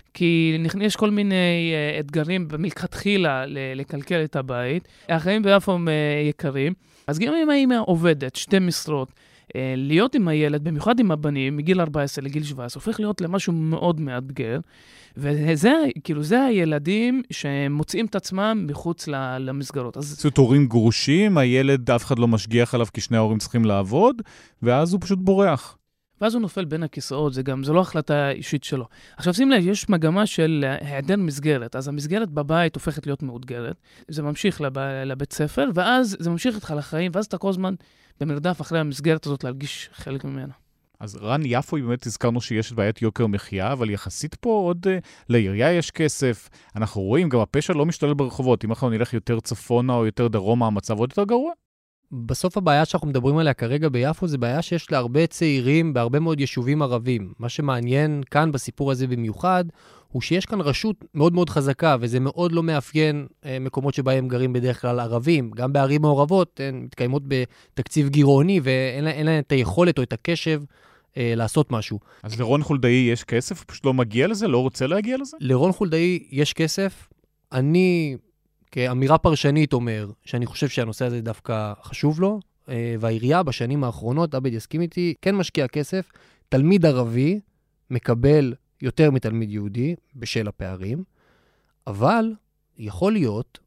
Speaker 10: כי יש כל מיני אתגרים מלכתחילה לקלקל את הבית. החיים ביפו הם יקרים. אז גם אם האמא עובדת שתי משרות, להיות עם הילד, במיוחד עם הבנים, מגיל ארבע עשרה לגיל שבע עשרה, הופך להיות למשהו מאוד מאתגר. וזה, כאילו, זה הילדים שמוצאים את עצמם מחוץ למסגרות. אז...
Speaker 2: זאת הורים גרושים, הילד אף אחד לא משגיח עליו כי שני ההורים צריכים לעבוד, ואז הוא פשוט בורח.
Speaker 10: ואז הוא נופל בין הכיסאות, זה גם, זה לא החלטה אישית שלו. עכשיו, שים לב, יש מגמה של היעדר מסגרת, אז המסגרת בבית הופכת להיות מאותגרת, זה ממשיך לב, לבית ספר, ואז זה ממשיך איתך לחיים, ואז אתה כל הזמן במרדף אחרי המסגרת הזאת להרגיש חלק ממנה.
Speaker 2: אז רן, יפו, באמת הזכרנו שיש את בעיית יוקר מחיה, אבל יחסית פה עוד uh, לעירייה יש כסף. אנחנו רואים, גם הפשע לא משתולל ברחובות. אם אנחנו נלך יותר צפונה או יותר דרומה, המצב עוד יותר גרוע?
Speaker 9: בסוף הבעיה שאנחנו מדברים עליה כרגע ביפו, זה בעיה שיש להרבה צעירים בהרבה מאוד יישובים ערבים. מה שמעניין כאן בסיפור הזה במיוחד, הוא שיש כאן רשות מאוד מאוד חזקה, וזה מאוד לא מאפיין אה, מקומות שבהם גרים בדרך כלל ערבים. גם בערים מעורבות, הן מתקיימות בתקציב גירעוני, ואין לה, להן את היכולת או את הקשב אה, לעשות משהו.
Speaker 2: אז לרון חולדאי יש כסף? הוא פשוט לא מגיע לזה? לא רוצה להגיע לזה?
Speaker 9: לרון חולדאי יש כסף. אני... כאמירה פרשנית אומר, שאני חושב שהנושא הזה דווקא חשוב לו, והעירייה בשנים האחרונות, עבד יסכים איתי, כן משקיע כסף, תלמיד ערבי מקבל יותר מתלמיד יהודי בשל הפערים, אבל יכול להיות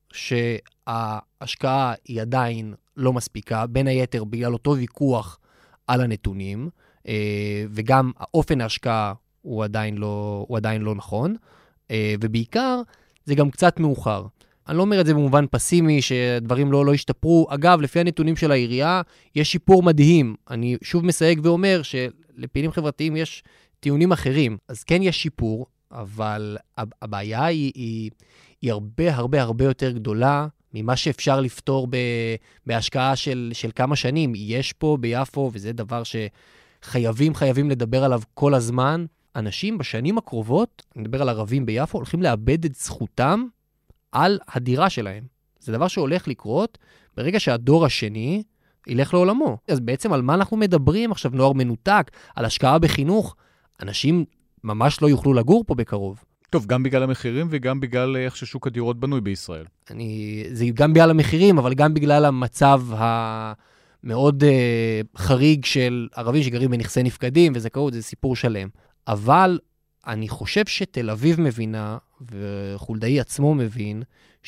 Speaker 9: שההשקעה היא עדיין לא מספיקה, בין היתר בגלל אותו ויכוח על הנתונים, וגם האופן ההשקעה הוא עדיין לא, הוא עדיין לא נכון, ובעיקר זה גם קצת מאוחר. אני לא אומר את זה במובן פסימי, שדברים לא, לא השתפרו. אגב, לפי הנתונים של העירייה, יש שיפור מדהים. אני שוב מסייג ואומר שלפעילים חברתיים יש טיעונים אחרים. אז כן יש שיפור, אבל הבעיה היא, היא, היא הרבה הרבה הרבה יותר גדולה ממה שאפשר לפתור ב, בהשקעה של, של כמה שנים. יש פה ביפו, וזה דבר שחייבים חייבים לדבר עליו כל הזמן, אנשים בשנים הקרובות, אני מדבר על ערבים ביפו, הולכים לאבד את זכותם על הדירה שלהם. זה דבר שהולך לקרות ברגע שהדור השני ילך לעולמו. אז בעצם על מה אנחנו מדברים עכשיו, נוער מנותק, על השקעה בחינוך? אנשים ממש לא יוכלו לגור פה בקרוב.
Speaker 2: טוב, גם בגלל המחירים וגם בגלל איך ששוק הדירות בנוי בישראל.
Speaker 9: אני, זה גם בגלל המחירים, אבל גם בגלל המצב המאוד uh, חריג של ערבים שגרים בנכסי נפקדים וזכאות, זה סיפור שלם. אבל אני חושב שתל אביב מבינה, וחולדאי עצמו מבין,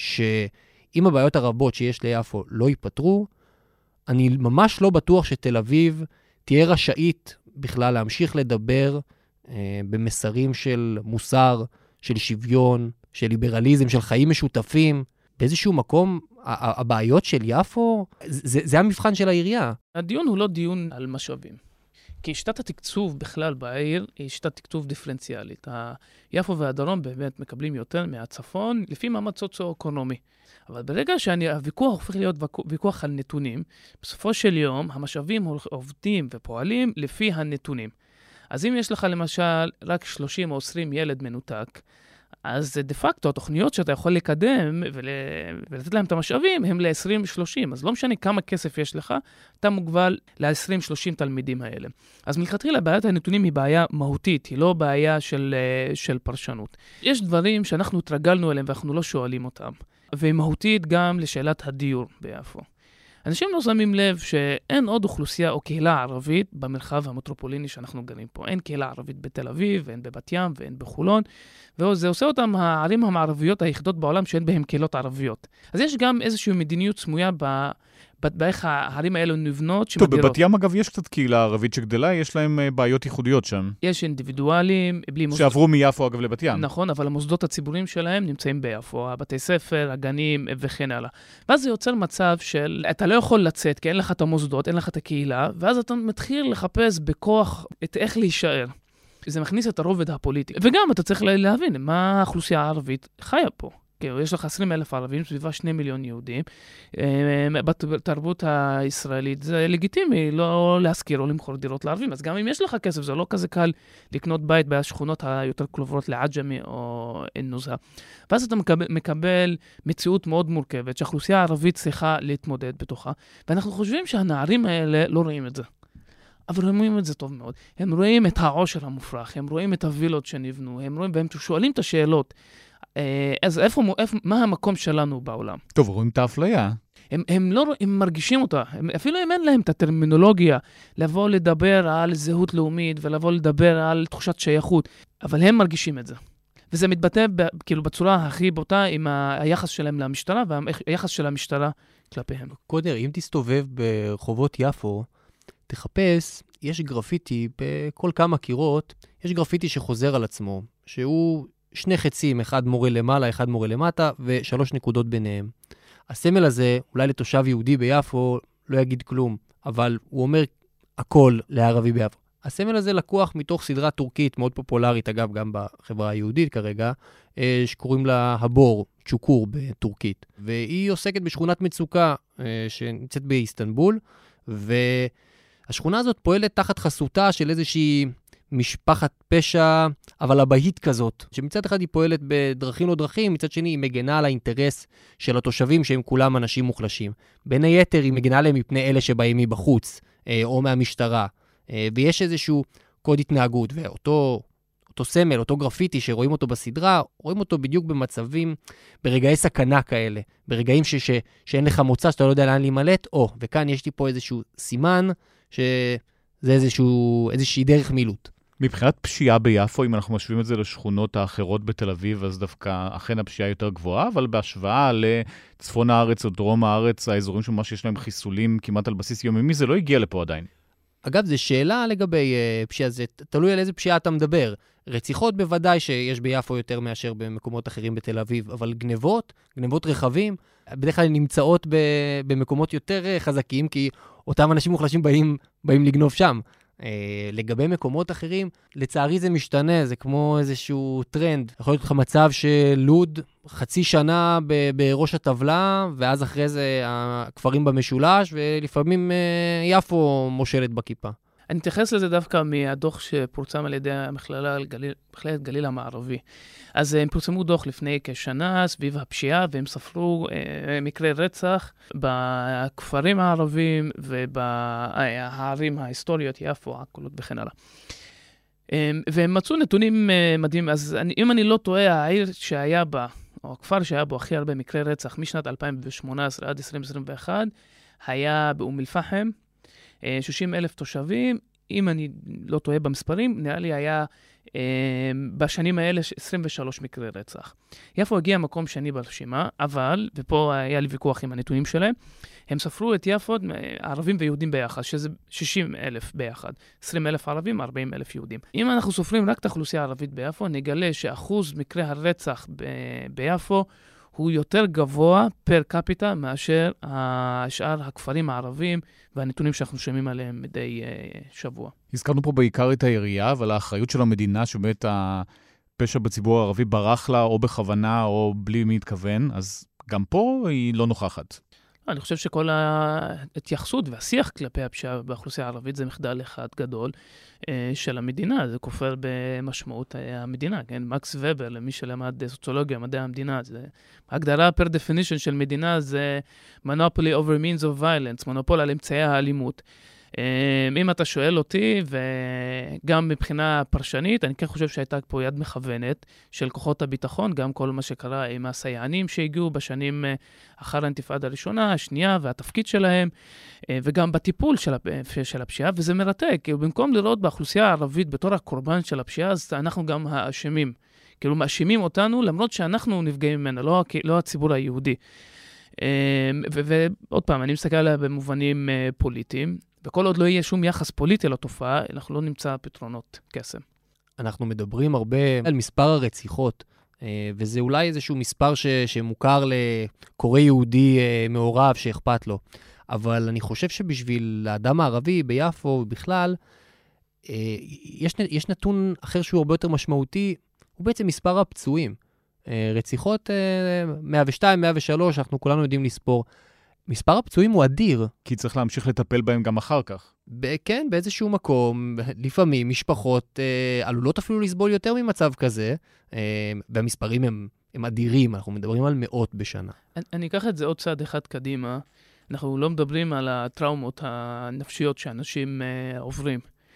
Speaker 9: שאם הבעיות הרבות שיש ליפו לא ייפתרו, אני ממש לא בטוח שתל אביב תהיה רשאית בכלל להמשיך לדבר אה, במסרים של מוסר, של שוויון, של ליברליזם, של חיים משותפים. באיזשהו מקום, הבעיות של יפו, זה, זה המבחן של העירייה.
Speaker 10: הדיון הוא לא דיון על משאבים. כי שיטת התקצוב בכלל בעיר היא שיטת תקצוב דיפרנציאלית. יפו והדרום באמת מקבלים יותר מהצפון, לפי מעמד סוציו-אקונומי. אבל ברגע שהוויכוח הופך להיות ויכוח על נתונים, בסופו של יום המשאבים עובדים ופועלים לפי הנתונים. אז אם יש לך למשל רק שלושים או עשרים ילד מנותק, אז דה פקטו, התוכניות שאתה יכול לקדם ול... ולתת להם את המשאבים, הם ל-עשרים שלושים. אז לא משנה כמה כסף יש לך, אתה מוגבל ל-עשרים שלושים תלמידים האלה. אז מלכתחילה, בעיית הנתונים היא בעיה מהותית, היא לא בעיה של, של פרשנות. יש דברים שאנחנו התרגלנו אליהם ואנחנו לא שואלים אותם. והיא מהותית גם לשאלת הדיור ביפו. אנשים לא שמים לב שאין עוד אוכלוסייה או קהילה ערבית במרחב המטרופוליני שאנחנו גרים פה. אין קהילה ערבית בתל אביב, ואין בבת ים, ואין בחולון, וזה עושה אותם הערים המערביות היחידות בעולם שאין בהם קהילות ערביות. אז יש גם איזושהי מדיניות סמויה ב... באיך הערים האלו נבנות
Speaker 2: טוב, שמגדירות. בבת ים אגב יש קצת קהילה ערבית שגדלה, יש להם בעיות ייחודיות שם.
Speaker 10: יש אינדיבידואלים, בלי מוסדות.
Speaker 2: שעברו מיפו אגב לבת ים.
Speaker 10: נכון, אבל המוסדות הציבוריים שלהם נמצאים ביפו, הבתי ספר, הגנים וכן הלאה. ואז זה יוצר מצב של, אתה לא יכול לצאת, כי אין לך את המוסדות, אין לך את הקהילה, ואז אתה מתחיל לחפש בכוח את איך להישאר. זה מכניס את הרובד הפוליטי. וגם אתה צריך להבין מה האוכלוסייה הערבית חיה פה. יש לך עשרים אלף ערבים, סביבה שני מיליון יהודים. בתרבות הישראלית זה לגיטימי לא להשכיר או למכור דירות לערבים. אז גם אם יש לך כסף, זה לא כזה קל לקנות בית בשכונות היותר קרובות לעג'מי או אל-נוזהא. ואז אתה מקבל, מקבל מציאות מאוד מורכבת, שהאוכלוסייה הערבית צריכה להתמודד בתוכה. ואנחנו חושבים שהנערים האלה לא רואים את זה. אבל הם רואים את זה טוב מאוד. הם רואים את העושר המופרח, הם רואים את הווילות שנבנו, הם רואים, והם שואלים את השאלות. אז איפה, איפה, מה המקום שלנו בעולם?
Speaker 2: טוב, רואים את האפליה.
Speaker 10: הם, הם לא, הם מרגישים אותה. הם, אפילו אם אין להם את הטרמינולוגיה לבוא לדבר על זהות לאומית ולבוא לדבר על תחושת שייכות, אבל הם מרגישים את זה. וזה מתבטא ב, כאילו בצורה הכי בוטה עם היחס שלהם למשטרה והיחס של המשטרה כלפיהם.
Speaker 9: קודר, אם תסתובב ברחובות יפו, תחפש, יש גרפיטי בכל כמה קירות, יש גרפיטי שחוזר על עצמו, שהוא שני חצים, אחד מורה למעלה, אחד מורה למטה, ושלוש נקודות ביניהם. הסמל הזה, אולי לתושב יהודי ביפו, לא יגיד כלום, אבל הוא אומר הכל לערבי ביפו. הסמל הזה לקוח מתוך סדרה טורקית מאוד פופולרית, אגב, גם בחברה היהודית כרגע, שקוראים לה הבור, צ'וקור בטורקית. והיא עוסקת בשכונת מצוקה שנמצאת באיסטנבול, והשכונה הזאת פועלת תחת חסותה של איזושהי משפחת פשע, אבל הבהית כזאת, שמצד אחד היא פועלת בדרכים לא דרכים, מצד שני היא מגנה על האינטרס של התושבים שהם כולם אנשים מוחלשים. בין היתר היא מגנה להם מפני אלה שבאים מבחוץ, או מהמשטרה. ויש איזשהו קוד התנהגות, ואותו אותו סמל, אותו גרפיטי שרואים אותו בסדרה, רואים אותו בדיוק במצבים, ברגעי סכנה כאלה, ברגעים ש, ש, שאין לך מוצא, שאתה לא יודע לאן להימלט, או, וכאן יש לי פה איזשהו סימן, שזה איזשהו, איזושהי דרך מילוט.
Speaker 2: מבחינת פשיעה ביפו, אם אנחנו משווים את זה לשכונות האחרות בתל אביב, אז דווקא אכן הפשיעה יותר גבוהה, אבל בהשוואה לצפון הארץ או דרום הארץ, האזורים שממש יש להם חיסולים כמעט על בסיס יומיומי, זה לא הגיע לפה עדיין.
Speaker 9: אגב, זו שאלה לגבי uh, פשיעה, זה תלוי על איזה פשיעה אתה מדבר. רציחות בוודאי שיש ביפו יותר מאשר במקומות אחרים בתל אביב, אבל גנבות, גנבות רכבים, בדרך כלל נמצאות ב, במקומות יותר uh, חזקים, כי אותם אנשים מוחלשים באים, באים לגנוב שם. Uh, לגבי מקומות אחרים, לצערי זה משתנה, זה כמו איזשהו טרנד. יכול להיות לך מצב שלוד חצי שנה ב- בראש הטבלה, ואז אחרי זה הכפרים במשולש, ולפעמים uh, יפו מושלת בכיפה.
Speaker 10: אני אתייחס לזה דווקא מהדוח שפורסם על ידי המכללה גליל, מכללת גליל המערבי. אז הם פורסמו דוח לפני כשנה סביב הפשיעה, והם ספרו אה, מקרי רצח בכפרים הערבים ובערים ההיסטוריות, יפו, עכולות וכן הלאה. אה, והם מצאו נתונים אה, מדהים. אז אני, אם אני לא טועה, העיר שהיה בה, או הכפר שהיה בו הכי הרבה מקרי רצח משנת אלפיים שמונה עשרה עד עשרים עשרים ואחת, היה באום אל-פחם, שישים אלף תושבים. אם אני לא טועה במספרים, נראה לי היה אה, בשנים האלה עשרים ושלושה מקרי רצח. יפו הגיע מקום שני ברשימה, אבל, ופה היה לי ויכוח עם הנתונים שלהם, הם ספרו את יפו ערבים ויהודים ביחד, שזה שישים אלף ביחד, עשרים אלף ערבים, ארבעים אלף יהודים. אם אנחנו סופרים רק את האוכלוסייה הערבית ביפו, נגלה שאחוז מקרי הרצח ב- ביפו הוא יותר גבוה פר קפיטה מאשר השאר הכפרים הערבים והנתונים שאנחנו שומעים עליהם מדי uh, שבוע.
Speaker 2: הזכרנו פה בעיקר את העירייה, אבל האחריות של המדינה שבאמת הפשע בציבור הערבי ברח לה או בכוונה או בלי מי התכוון, אז גם פה היא לא נוכחת.
Speaker 10: אני חושב שכל ההתייחסות והשיח כלפי הפשיעה באוכלוסייה הערבית זה מחדל אחד גדול של המדינה, זה כופר במשמעות המדינה, כן? מקס ובר, למי שלמד סוציולוגיה, מדעי המדינה, זה הגדרה per definition של מדינה זה monopoly over means of violence, מונופול על אמצעי האלימות. אם אתה שואל אותי, וגם מבחינה פרשנית, אני כן חושב שהייתה פה יד מכוונת של כוחות הביטחון, גם כל מה שקרה עם הסייענים שהגיעו בשנים אחר האינתיפאדה הראשונה, השנייה, והתפקיד שלהם, וגם בטיפול של, של הפשיעה, וזה מרתק, כי במקום לראות באוכלוסייה הערבית בתור הקורבן של הפשיעה, אז אנחנו גם האשמים. כאילו מאשימים אותנו, למרות שאנחנו נפגעים ממנה, לא, לא הציבור היהודי. ועוד פעם, אני מסתכל עליה במובנים פוליטיים, וכל עוד לא יהיה שום יחס פוליטי לתופעה, אנחנו לא נמצא פתרונות קסם.
Speaker 9: אנחנו מדברים הרבה על מספר הרציחות, וזה אולי איזשהו מספר ש, שמוכר לקורא יהודי מעורב שאכפת לו. אבל אני חושב שבשביל האדם הערבי ביפו בכלל, יש, יש נתון אחר שהוא הרבה יותר משמעותי, הוא בעצם מספר הפצועים. רציחות מאה ושתיים, מאה ושלוש, אנחנו כולנו יודעים לספור. מספר הפצועים הוא אדיר.
Speaker 2: כי צריך להמשיך לטפל בהם גם אחר כך.
Speaker 9: ב- כן, באיזשהו מקום, לפעמים משפחות אה, עלולות אפילו לסבול יותר ממצב כזה, אה, והמספרים הם, הם אדירים, אנחנו מדברים על מאות בשנה.
Speaker 10: אני, אני אקח את זה עוד צעד אחד קדימה, אנחנו לא מדברים על הטראומות הנפשיות שאנשים אה, עוברים.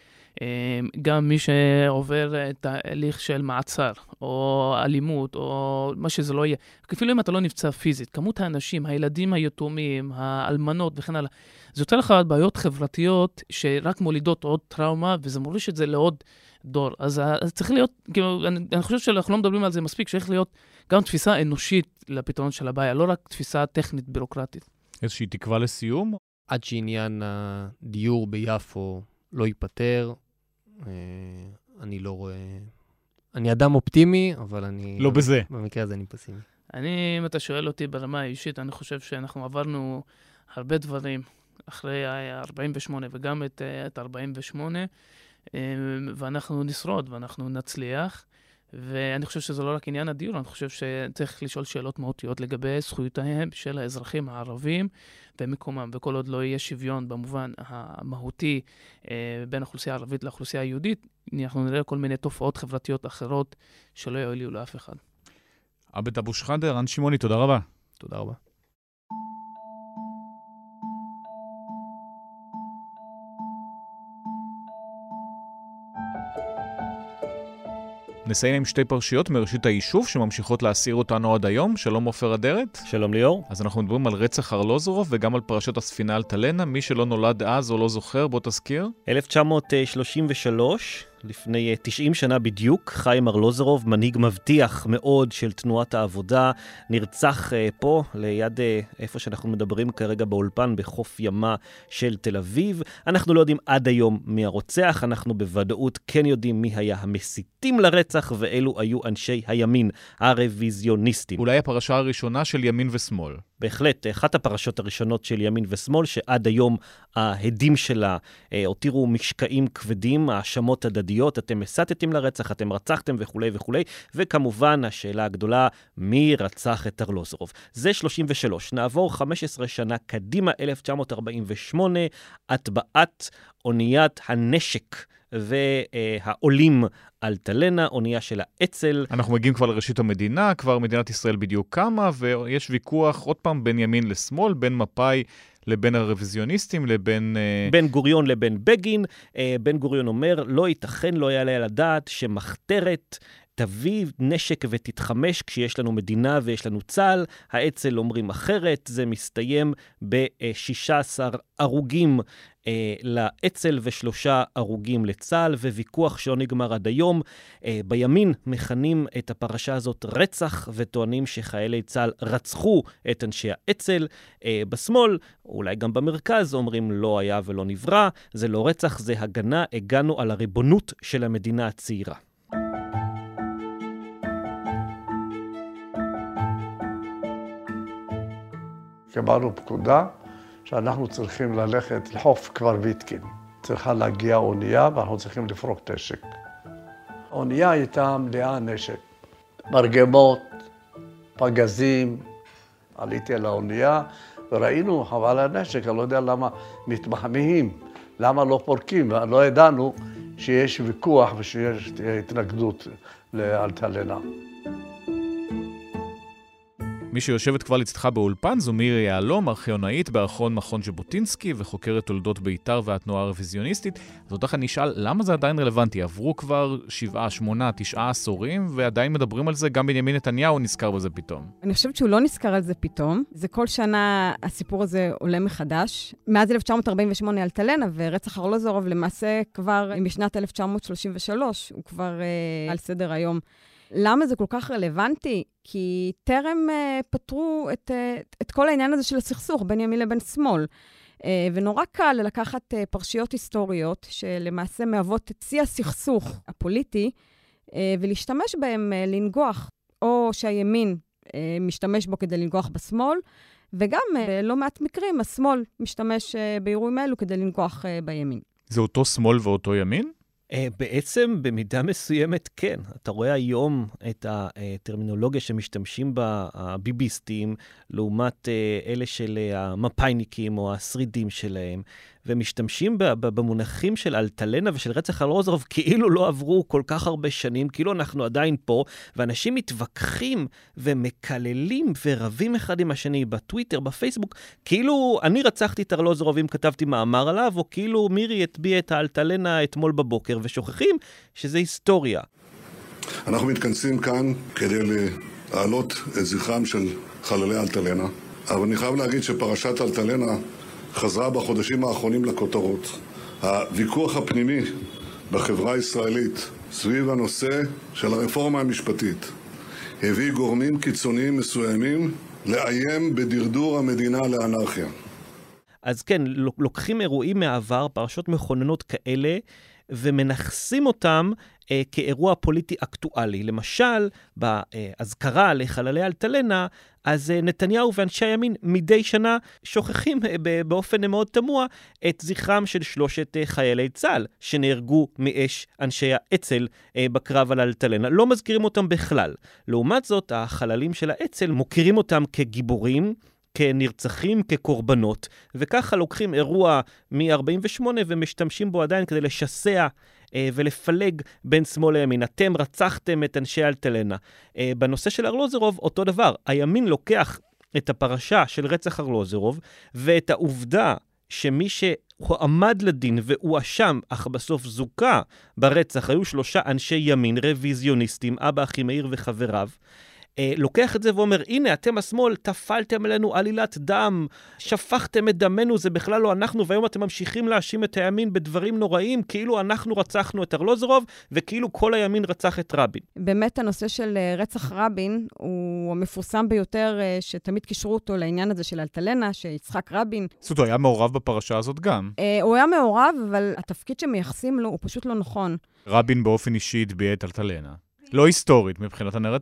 Speaker 10: גם מי שעובר תהליך של מעצר, או אלימות, או מה שזה לא יהיה. אפילו אם אתה לא נפצע פיזית, כמות האנשים, הילדים היתומים, האלמנות וכן הלאה, זה יותר לך בעיות חברתיות שרק מולידות עוד טראומה, וזה מוריש את זה לעוד דור. אז, אז צריך להיות, כאילו, אני, אני חושב שאנחנו לא מדברים על זה מספיק, צריך להיות גם תפיסה אנושית לפתרון של הבעיה, לא רק תפיסה טכנית בירוקרטית.
Speaker 2: איזושהי תקווה לסיום?
Speaker 9: עד שעניין הדיור ביפו לא ייפטר, אני לא רואה... אני אדם אופטימי, אבל אני...
Speaker 2: לא בזה.
Speaker 9: במקרה הזה אני פסימי.
Speaker 10: אני, אם אתה שואל אותי ברמה האישית, אני חושב שאנחנו עברנו הרבה דברים אחרי ארבעים ושמונה, וגם את, את ארבעים ושמונה, ואנחנו נשרוד, ואנחנו נצליח, ואני חושב שזה לא רק עניין הדיור, אני חושב שצריך לשאול שאלות מהותיות לגבי זכויותיהם של האזרחים הערבים ומקומם, וכל עוד לא יהיה שוויון במובן המהותי בין האוכלוסייה הערבית לאוכלוסייה היהודית, אנחנו נראה כל מיני תופעות חברתיות אחרות שלא יועילו לאף אחד.
Speaker 2: עבד אבו שחאדה, רן שמעוני, תודה רבה.
Speaker 9: תודה רבה.
Speaker 2: נסיים עם שתי פרשיות מראשית היישוב שממשיכות להסיר אותנו עד היום. שלום עופר אדרת.
Speaker 11: שלום ליאור.
Speaker 2: אז אנחנו מדברים על רצח ארלוזורוב וגם על פרשת הספינה אלטלנה. מי שלא נולד אז או לא זוכר, בוא תזכיר.
Speaker 11: אלף תשע מאות שלושים ושלוש, לפני תשעים שנה בדיוק, חיים ארלוזורוב, מנהיג מבטיח מאוד של תנועת העבודה, נרצח פה ליד איפה שאנחנו מדברים כרגע באולפן, בחוף ימה של תל אביב. אנחנו לא יודעים עד היום מי הרוצח, אנחנו בוודאות כן יודעים מי היה המסיתים לרצח, ואלו היו אנשי הימין, הרוויזיוניסטים.
Speaker 2: אולי הפרשה הראשונה של ימין ושמאל.
Speaker 11: בהחלט, אחת הפרשות הראשונות של ימין ושמאל, שעד היום ההדים שלה הותירו משקעים כבדים, האשמות הדדיות, אתם הסתתם לרצח, אתם רצחתם וכו' וכו', וכמובן השאלה הגדולה, מי רצח את ארלוזורוב? זה שלושים ושלוש, נעבור חמש עשרה שנה קדימה, אלף תשע מאות ארבעים ושמונה, הטבעת אוניית הנשק והעולים אלטלנה, אונייה של האצ"ל.
Speaker 2: אנחנו מגיעים כבר לראשית המדינה, כבר מדינת ישראל בדיוק קמה, ויש ויכוח עוד פעם בין ימין לשמאל, בין מפא"י לבין הרוויזיוניסטים, לבין...
Speaker 11: בין גוריון לבין בגין. בן גוריון אומר, לא ייתכן, לא יעלה על הדעת שמחתרת תביא נשק ותתחמש כשיש לנו מדינה ויש לנו צה"ל. האצ"ל אומרים אחרת, זה מסתיים ב-שישה עשר הרוגים אה, לאצ"ל ושלושה הרוגים לצה"ל, וויכוח שלא נגמר עד היום. אה, בימין מכנים את הפרשה הזאת רצח, וטוענים שחיילי צה"ל רצחו את אנשי האצ"ל. אה, בשמאל, אולי גם במרכז, אומרים לא היה ולא נברא, זה לא רצח, זה הגנה, הגענו על הריבונות של המדינה הצעירה.
Speaker 3: קיבלנו פקודה שאנחנו צריכים ללכת לחוף כפר ויתקין. צריכה להגיע אונייה ואנחנו צריכים לפרוק נשק. האונייה הייתה מלאה נשק. מרגמות, פגזים. עליתי על האונייה וראינו חבל הנשק, אני לא יודע למה מתמהמהים, למה לא פורקים, לא ידענו שיש ויכוח ושיש התנגדות לאלטלנה.
Speaker 2: מי שיושבת כבר לצדך באולפן זו מירי יעלום, ארכיונאית בארכיון מכון ז'בוטינסקי וחוקרת תולדות בית"ר והתנועה הרוויזיוניסטית. אז אותך אני אשאל, למה זה עדיין רלוונטי? עברו כבר שבעה, שמונה, תשעה עשורים, ועדיין מדברים על זה, גם בנימין נתניהו נזכר בזה פתאום.
Speaker 12: אני חושבת שהוא לא נזכר על זה פתאום. זה כל שנה הסיפור הזה עולה מחדש. מאז אלף תשע מאות ארבעים ושמונה אלטלנה ורצח ארלוזורוב למעשה כבר משנת אלף תשע מאות שלושים ושלוש, הוא כבר אה, על סדר היום. למה זה כל כך רלוונטי? כי טרם uh, פתרו את, uh, את כל העניין הזה של הסכסוך בין ימין לבין שמאל. Uh, ונורא קל לקחת uh, פרשיות היסטוריות שלמעשה מהוות את שיא הסכסוך הפוליטי, uh, ולהשתמש בהם uh, לנגוח, או שהימין uh, משתמש בו כדי לנגוח בשמאל, וגם uh, לא מעט מקרים השמאל משתמש uh, באירועים האלו כדי לנגוח uh, בימין.
Speaker 2: זה אותו שמאל ואותו ימין?
Speaker 11: Uh, בעצם במידה מסוימת כן. אתה רואה היום את הטרמינולוגיה שמשתמשים בה הביביסטים, לעומת uh, אלה של uh, המפאיניקים או השרידים שלהם, ומשתמשים במונחים של אלטלנה ושל רצח ארלוזורוב כאילו לא עברו כל כך הרבה שנים, כאילו אנחנו עדיין פה, ואנשים מתווכחים ומקללים ורבים אחד עם השני בטוויטר, בפייסבוק, כאילו אני רצחתי את ארלוזורוב אם כתבתי מאמר עליו, או כאילו מירי הטביע את האלטלנה אתמול בבוקר, ושוכחים שזה היסטוריה.
Speaker 13: אנחנו מתכנסים כאן כדי להעלות את זכרם של חללי אלטלנה, אבל אני חייב להגיד שפרשת אלטלנה חזרה בחודשים האחרונים לכותרות. הוויכוח הפנימי בחברה הישראלית סביב הנושא של הרפורמה המשפטית הביא גורמים קיצוניים מסוימים לאיים בדרדור המדינה לאנרכיה.
Speaker 11: אז כן, לוקחים אירועים מהעבר, פרשות מכוננות כאלה, ומנחסים אותם אה, כאירוע פוליטי אקטואלי. למשל, בהזכרה לחללי אלטלנה, אז אה, נתניהו ואנשי הימין מדי שנה שוכחים אה, באופן מאוד תמוה את זכרם של שלושת אה, חיילי צה"ל שנהרגו מאש אנשי האצ"ל אה, בקרב על אלטלנה. לא מזכירים אותם בכלל. לעומת זאת, החללים של האצ"ל מוכירים אותם כגיבורים, כנרצחים, כקורבנות, וככה לוקחים אירוע מ-ארבעים ושמונה ומשתמשים בו עדיין כדי לשסע אה, ולפלג בין שמאל לימין. אתם רצחתם את אנשי אלטלנה. אה, בנושא של ארלוזורוב, אותו דבר. הימין לוקח את הפרשה של רצח ארלוזורוב, ואת העובדה שמי שעמד לדין והוא אשם, אך בסוף זוכה ברצח, היו שלושה אנשי ימין, רוויזיוניסטים, אבא אחימאיר וחבריו, לוקח את זה ואומר, הנה, אתם השמאל, תפלתם עלינו עלילת דם, שפכתם את דמנו, זה בכלל לא אנחנו, והיום אתם ממשיכים להאשים את הימין בדברים נוראים, כאילו אנחנו רצחנו את ארלוזורוב, וכאילו כל הימין רצח את רבין.
Speaker 12: באמת הנושא של רצח רבין הוא המפורסם ביותר, שתמיד קישרו אותו לעניין הזה של אלטלנה, שיצחק רבין.
Speaker 2: זאת אומרת, הוא היה מעורב בפרשה הזאת גם.
Speaker 12: הוא היה מעורב, אבל התפקיד שמייחסים לו הוא פשוט לא נכון.
Speaker 2: רבין באופן אישי הטביע את אלטלנה. לא היסטורית מבחינת הנרטיב.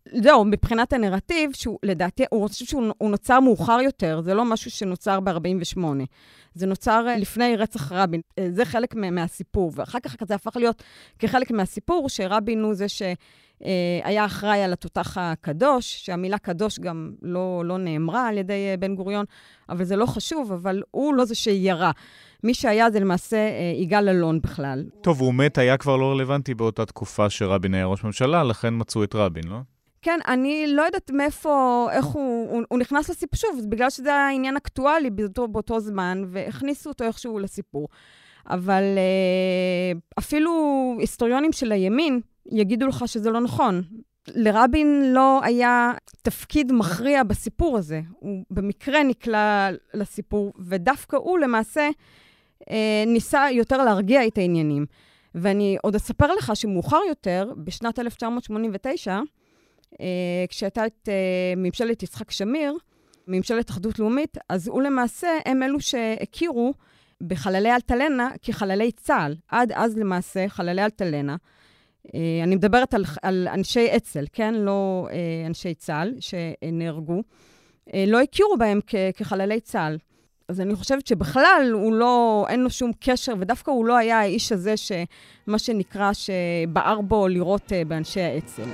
Speaker 12: זהו, מבחינת הנרטיב, שהוא לדעתי, הוא חושב שהוא נוצר מאוחר יותר, זה לא משהו שנוצר ב-ארבעים ושמונה. זה נוצר לפני רצח רבין. זה חלק מהסיפור, ואחר כך זה הפך להיות כחלק מהסיפור, שרבין הוא זה שהיה אחראי על התותח הקדוש, שהמילה קדוש גם לא, לא נאמרה על ידי בן גוריון, אבל זה לא חשוב, אבל הוא לא זה שירה. מי שהיה זה למעשה יגאל אלון בכלל.
Speaker 2: טוב, הוא מת היה כבר לא רלוונטי באותה תקופה שרבין היה ראש ממשלה, לכן מצאו את רבין, לא?
Speaker 12: כן, אני לא יודעת מאיפה, איך הוא, הוא, הוא נכנס לסיפור, שוב, בגלל שזה העניין אקטואלי באותו, באותו זמן, והכניסו אותו איכשהו לסיפור. אבל אפילו היסטוריונים של הימין יגידו לך שזה לא נכון. לרבין לא היה תפקיד מכריע בסיפור הזה. הוא במקרה נקלע לסיפור, ודווקא הוא למעשה ניסה יותר להרגיע את העניינים. ואני עוד אספר לך שמאוחר יותר, בשנת אלף תשע מאות שמונים ותשע, כשהייתה את ממשלת יצחק שמיר, ממשלת אחדות לאומית, אז הוא למעשה הם אלו שהכירו בחללי אלטלנה כחללי צה"ל. עד אז למעשה חללי אלטלנה. אני מדברת על, על אנשי אצ"ל, כן? לא אנשי צה"ל שנהרגו. לא הכירו בהם כ, כחללי צה"ל. אז אני חושבת שבכלל הוא לא, אין לו שום קשר, ודווקא הוא לא היה האיש הזה שמה שנקרא שבער בו לראות באנשי האצ"ל.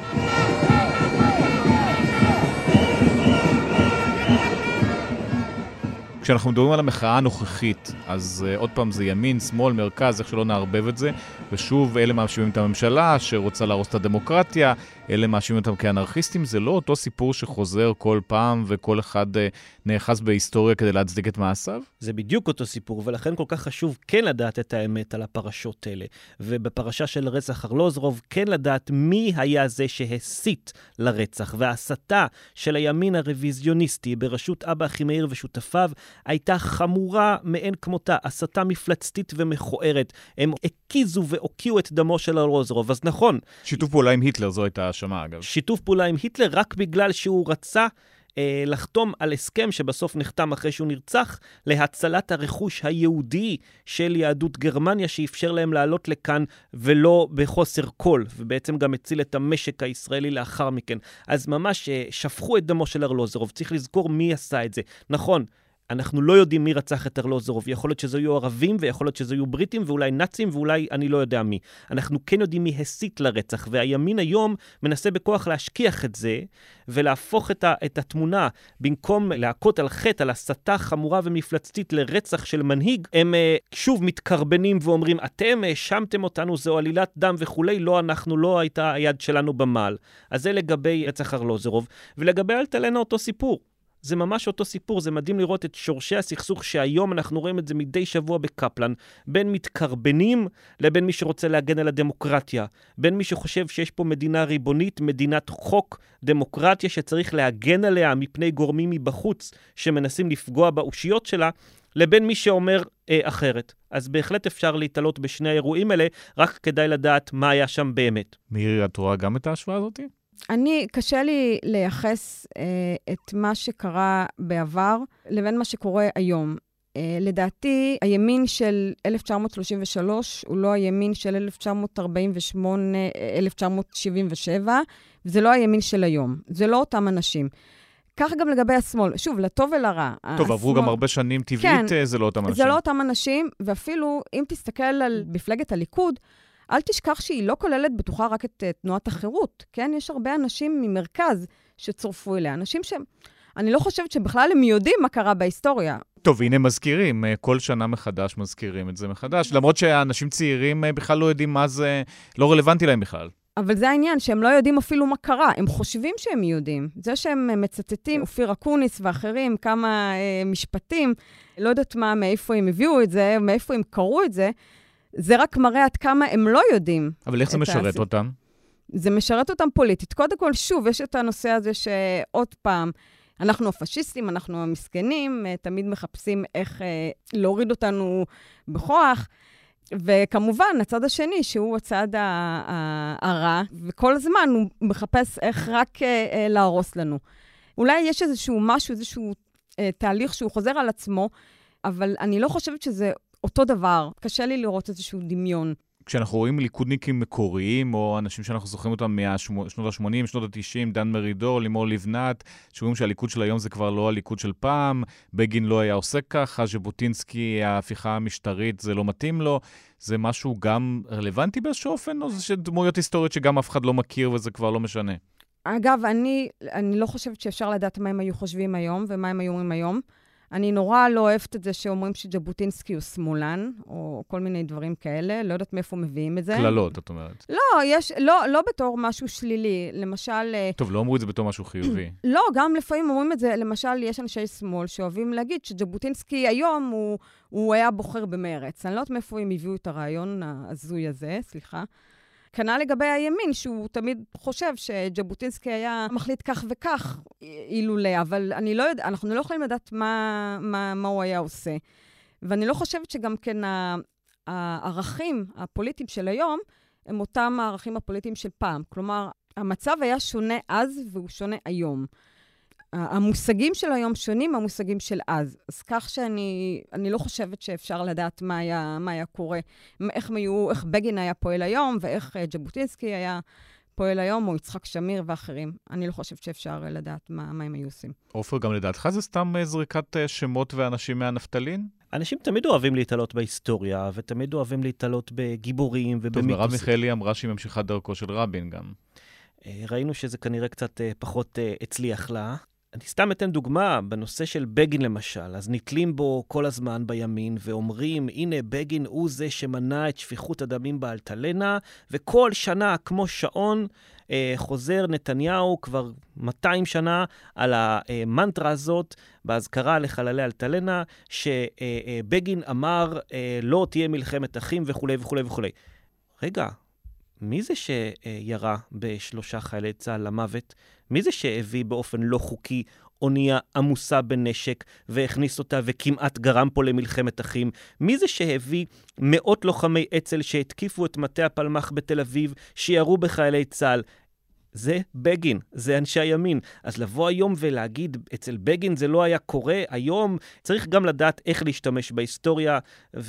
Speaker 2: כשאנחנו מדברים על המחאה הנוכחית, אז uh, עוד פעם זה ימין, שמאל, מרכז, איך שלא נערבב את זה, ושוב אלה מאשימים את הממשלה שרוצה להרוס את הדמוקרטיה, אלה מאשימים אותם כאנרכיסטים, זה לא אותו סיפור שחוזר כל פעם וכל אחד uh, נאחז בהיסטוריה כדי להצדיק את מעשיו?
Speaker 11: זה בדיוק אותו סיפור, ולכן כל כך חשוב כן לדעת את האמת על הפרשות האלה. ובפרשה של רצח ארלוזורוב כן לדעת מי היה זה שהסית לרצח, וההסתה של הימין הרוויזיוניסטי בראשות אבא אחימאיר ושותפיו הייתה חמורה מאין כמותה, הסתה מפלצתית ומכוערת. הם הקיזו והוקיעו את דמו של ארלוזורוב. אז נכון.
Speaker 2: שיתוף פעולה עם היטלר, זו הייתה האשמה אגב.
Speaker 11: שיתוף פעולה עם היטלר רק בגלל שהוא רצה אה, לחתום על הסכם שבסוף נחתם אחרי שהוא נרצח, להצלת הרכוש היהודי של יהדות גרמניה, שאפשר להם לעלות לכאן ולא בחוסר כל, ובעצם גם הציל את המשק הישראלי לאחר מכן. אז ממש אה, שפכו את דמו של ארלוזורוב. צריך לזכור מי עשה את זה. נכון. אנחנו לא יודעים מי רצח את ארלוזורוב. יכול להיות שזה יהיו ערבים, ויכול להיות שזה יהיו בריטים, ואולי נאצים, ואולי אני לא יודע מי. אנחנו כן יודעים מי הסית לרצח, והימין היום מנסה בכוח להשכיח את זה, ולהפוך את, ה, את התמונה, במקום להכות על חטא, על הסתה חמורה ומפלצתית לרצח של מנהיג, הם שוב מתקרבנים ואומרים, אתם האשמתם אותנו, זו עלילת דם וכולי, לא אנחנו, לא הייתה היד שלנו במעל. אז זה לגבי רצח ארלוזורוב, ולגבי אלטלנה אותו סיפור. זה ממש אותו סיפור, זה מדהים לראות את שורשי הסכסוך שהיום אנחנו רואים את זה מדי שבוע בקפלן, בין מתקרבנים לבין מי שרוצה להגן על הדמוקרטיה, בין מי שחושב שיש פה מדינה ריבונית, מדינת חוק, דמוקרטיה שצריך להגן עליה מפני גורמים מבחוץ שמנסים לפגוע באושיות שלה, לבין מי שאומר אה, אחרת. אז בהחלט אפשר להתעלות בשני האירועים האלה, רק כדאי לדעת מה היה שם באמת.
Speaker 2: מירי, את רואה גם את ההשוואה הזאת?
Speaker 12: אני, קשה לי לייחס אה, את מה שקרה בעבר לבין מה שקורה היום. אה, לדעתי, הימין של אלף תשע מאות שלושים ושלוש הוא לא הימין של אלף תשע מאות ארבעים ושמונה אלף תשע מאות שבעים ושבע, וזה לא הימין של היום. זה לא אותם אנשים. כך גם לגבי השמאל. שוב, לטוב ולרע.
Speaker 2: טוב, השמאל... עברו גם הרבה שנים טבעית, כן, זה לא אותם אנשים.
Speaker 12: זה לא אותם אנשים, ואפילו אם תסתכל על מפלגת הליכוד, אל תשכח שהיא לא כוללת בתוכה רק את uh, תנועת החירות, כן? יש הרבה אנשים ממרכז שצורפו אליה. אנשים ש... אני לא חושבת שבכלל הם יודעים מה קרה בהיסטוריה.
Speaker 2: טוב, הנה מזכירים, כל שנה מחדש מזכירים את זה מחדש, למרות שהאנשים צעירים בכלל לא יודעים מה זה, לא רלוונטי להם בכלל.
Speaker 12: אבל זה העניין, שהם לא יודעים אפילו מה קרה, הם חושבים שהם יודעים. זה שהם מצטטים, אופיר אקוניס ואחרים, כמה uh, משפטים, לא יודעת מה, מאיפה הם הביאו את זה, מאיפה הם קראו את זה, זה רק מראה עד כמה הם לא יודעים.
Speaker 2: אבל איך זה משרת הס... אותם?
Speaker 12: זה משרת אותם פוליטית. קודם כל, שוב, יש את הנושא הזה שעוד פעם, אנחנו הפשיסטים, אנחנו המסכנים, תמיד מחפשים איך אה, להוריד אותנו בכוח, וכמובן, הצד השני, שהוא הצד הרע, וכל הזמן הוא מחפש איך רק אה, להרוס לנו. אולי יש איזשהו משהו, איזשהו אה, תהליך שהוא חוזר על עצמו, אבל אני לא חושבת שזה אותו דבר. קשה לי לראות איזשהו דמיון.
Speaker 2: כשאנחנו רואים ליכודניקים מקוריים, או אנשים שאנחנו זוכרים אותם משנות ה-שמונים, שנות ה-תשעים, דן מרידור, לימור לבנת, שאומרים שהליכוד של היום זה כבר לא הליכוד של פעם, בגין לא היה עושה ככה, ז'בוטינסקי, ההפיכה המשטרית, זה לא מתאים לו. זה משהו גם רלוונטי באיזשהו אופן, או זה דמויות היסטוריות שגם אף אחד לא מכיר וזה כבר לא משנה?
Speaker 12: אגב, אני, אני לא חושבת שאפשר לדעת מה הם היו חושבים היום ומה הם היו אומרים היום. אני נורא לא אוהבת את זה שאומרים שז'בוטינסקי הוא שמאלן, או כל מיני דברים כאלה, לא יודעת מאיפה מביאים את זה.
Speaker 2: כללות, את אומרת.
Speaker 12: לא, יש, לא, לא בתור משהו שלילי, למשל...
Speaker 2: טוב, לא אמרו את זה בתור משהו חיובי.
Speaker 12: לא, גם לפעמים אומרים את זה, למשל, יש אנשי שמאל שאוהבים להגיד שז'בוטינסקי היום הוא, הוא היה בוחר במרץ. אני לא יודעת מאיפה הם הביאו את הרעיון ההזוי הזה, סליחה. כנ"ל לגבי הימין, שהוא תמיד חושב שז'בוטינסקי היה מחליט כך וכך אילולא, אבל אני לא יודע, אנחנו לא יכולים לדעת מה, מה, מה הוא היה עושה. ואני לא חושבת שגם כן הערכים הפוליטיים של היום, הם אותם הערכים הפוליטיים של פעם. כלומר, המצב היה שונה אז והוא שונה היום. המושגים של היום שונים מהמושגים של אז. אז כך שאני אני לא חושבת שאפשר לדעת מה היה, מה היה קורה, איך, היו, איך בגין היה פועל היום, ואיך ז'בוטינסקי היה פועל היום, או יצחק שמיר ואחרים. אני לא חושבת שאפשר לדעת מה, מה הם היו עושים.
Speaker 2: עופר, גם לדעתך זה סתם זריקת שמות ואנשים מהנפטלין?
Speaker 11: אנשים תמיד אוהבים להתעלות בהיסטוריה, ותמיד אוהבים להתעלות בגיבורים ובמיתוסים.
Speaker 2: טוב, מרב מיכאלי אמרה שהיא ממשיכה דרכו של רבין גם.
Speaker 11: ראינו שזה כנראה קצת פחות הצליח לה. אני סתם אתן דוגמה, בנושא של בגין למשל, אז נתלים בו כל הזמן בימין ואומרים, הנה בגין הוא זה שמנע את שפיכות הדמים באלטלנה, וכל שנה כמו שעון אה, חוזר נתניהו כבר מאתיים שנה על המנטרה הזאת, בהזכרה לחללי אלטלנה, שבגין אמר אה, לא תהיה מלחמת אחים וכו' וכו' וכו'. רגע, מי זה שירה בשלושה חיילי צה"ל למוות? מי זה שהביא באופן לא חוקי אונייה עמוסה בנשק והכניס אותה וכמעט גרם פה למלחמת אחים? מי זה שהביא מאות לוחמי אצ"ל שהתקיפו את מטה הפלמ"ח בתל אביב, שירו בחיילי צה"ל? זה בגין, זה אנשי הימין. אז לבוא היום ולהגיד, אצל בגין זה לא היה קורה, היום צריך גם לדעת איך להשתמש בהיסטוריה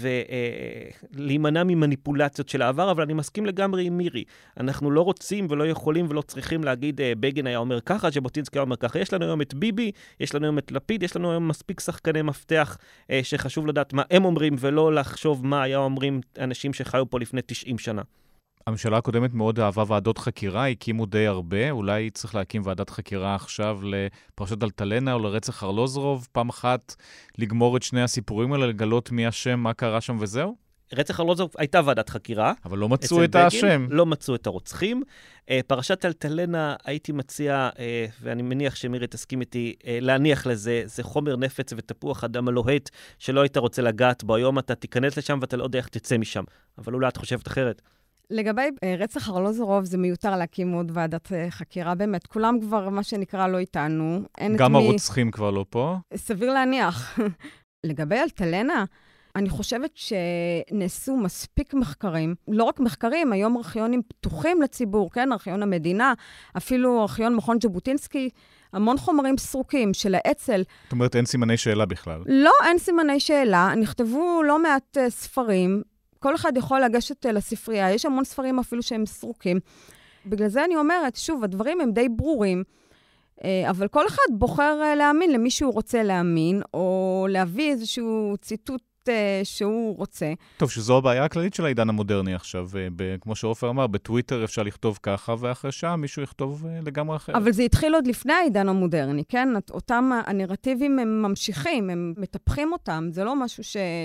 Speaker 11: ולהימנע ממניפולציות של העבר, אבל אני מסכים לגמרי עם מירי. אנחנו לא רוצים ולא יכולים ולא צריכים להגיד, בגין היה אומר ככה, ז'בוטינסקי היה אומר ככה. יש לנו היום את ביבי, יש לנו היום את לפיד, יש לנו היום מספיק שחקני מפתח שחשוב לדעת מה הם אומרים, ולא לחשוב מה היה אומרים אנשים שחיו פה לפני תשעים שנה.
Speaker 2: הממשלה הקודמת מאוד אהבה ועדות חקירה, הקימו די הרבה, אולי צריך להקים ועדת חקירה עכשיו לפרשת אלטלנה או לרצח ארלוזורוב, פעם אחת לגמור את שני הסיפורים האלה, לגלות מי השם, מה קרה שם וזהו?
Speaker 11: רצח ארלוזורוב הייתה ועדת חקירה.
Speaker 2: אבל לא מצאו את השם.
Speaker 11: לא מצאו את הרוצחים. פרשת אלטלנה הייתי מציע, ואני מניח שמירי תסכים איתי, להניח לזה, זה חומר נפץ ותפוח אדם הלוהט, שלא היית רוצה לגעת בו. היום אתה תיכנס לשם ואתה לא יודע איך תצא משם. אבל אולי את חושבת אחרת.
Speaker 12: לגבי רצח ארלוזורוב, זה מיותר להקים עוד ועדת חקירה. באמת, כולם כבר, מה שנקרא, לא איתנו.
Speaker 2: גם הרוצחים כבר לא פה.
Speaker 12: סביר להניח. לגבי אלטלנה, אני חושבת שנעשו מספיק מחקרים, לא רק מחקרים, היום ארכיונים פתוחים לציבור, כן? ארכיון המדינה, אפילו ארכיון מכון ז'בוטינסקי, המון חומרים סרוקים של האצ"ל.
Speaker 2: זאת אומרת, אין סימני שאלה בכלל.
Speaker 12: לא, אין סימני שאלה. נכתבו לא מעט ספרים, כל אחד יכול לגשת לספרייה, יש המון ספרים אפילו שהם סרוקים. בגלל זה אני אומרת, שוב, הדברים הם די ברורים, אבל כל אחד בוחר להאמין למי שהוא רוצה להאמין, או להביא איזשהו ציטוט שהוא רוצה.
Speaker 2: טוב, שזו הבעיה הכללית של העידן המודרני עכשיו. כמו שעופר אמר, בטוויטר אפשר לכתוב ככה, ואחרי שעה מישהו יכתוב לגמרי אחרת.
Speaker 12: אבל זה התחיל עוד לפני העידן המודרני, כן? אותם הנרטיבים הם ממשיכים, הם מטפחים אותם. זה לא משהו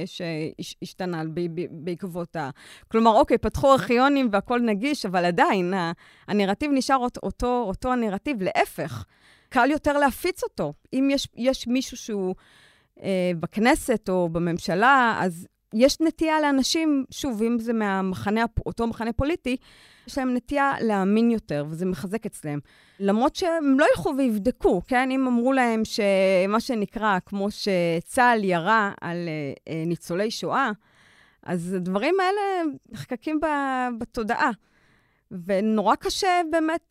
Speaker 12: שהשתנה בעקבות ה... כלומר, אוקיי, פתחו ארכיונים והכל נגיש, אבל עדיין הנרטיב נשאר אותו, אותו הנרטיב, להפך. קל יותר להפיץ אותו. אם יש, יש מישהו שהוא... בכנסת או בממשלה, אז יש נטייה לאנשים, שוב, אם זה מהמחנה, אותו מחנה פוליטי, יש להם נטייה להאמין יותר, וזה מחזק אצלם. למרות שהם לא ילכו ויבדקו, כן? אם אמרו להם שמה שנקרא, כמו שצה"ל ירה על ניצולי שואה, אז הדברים האלה נחקקים בתודעה. ונורא קשה באמת...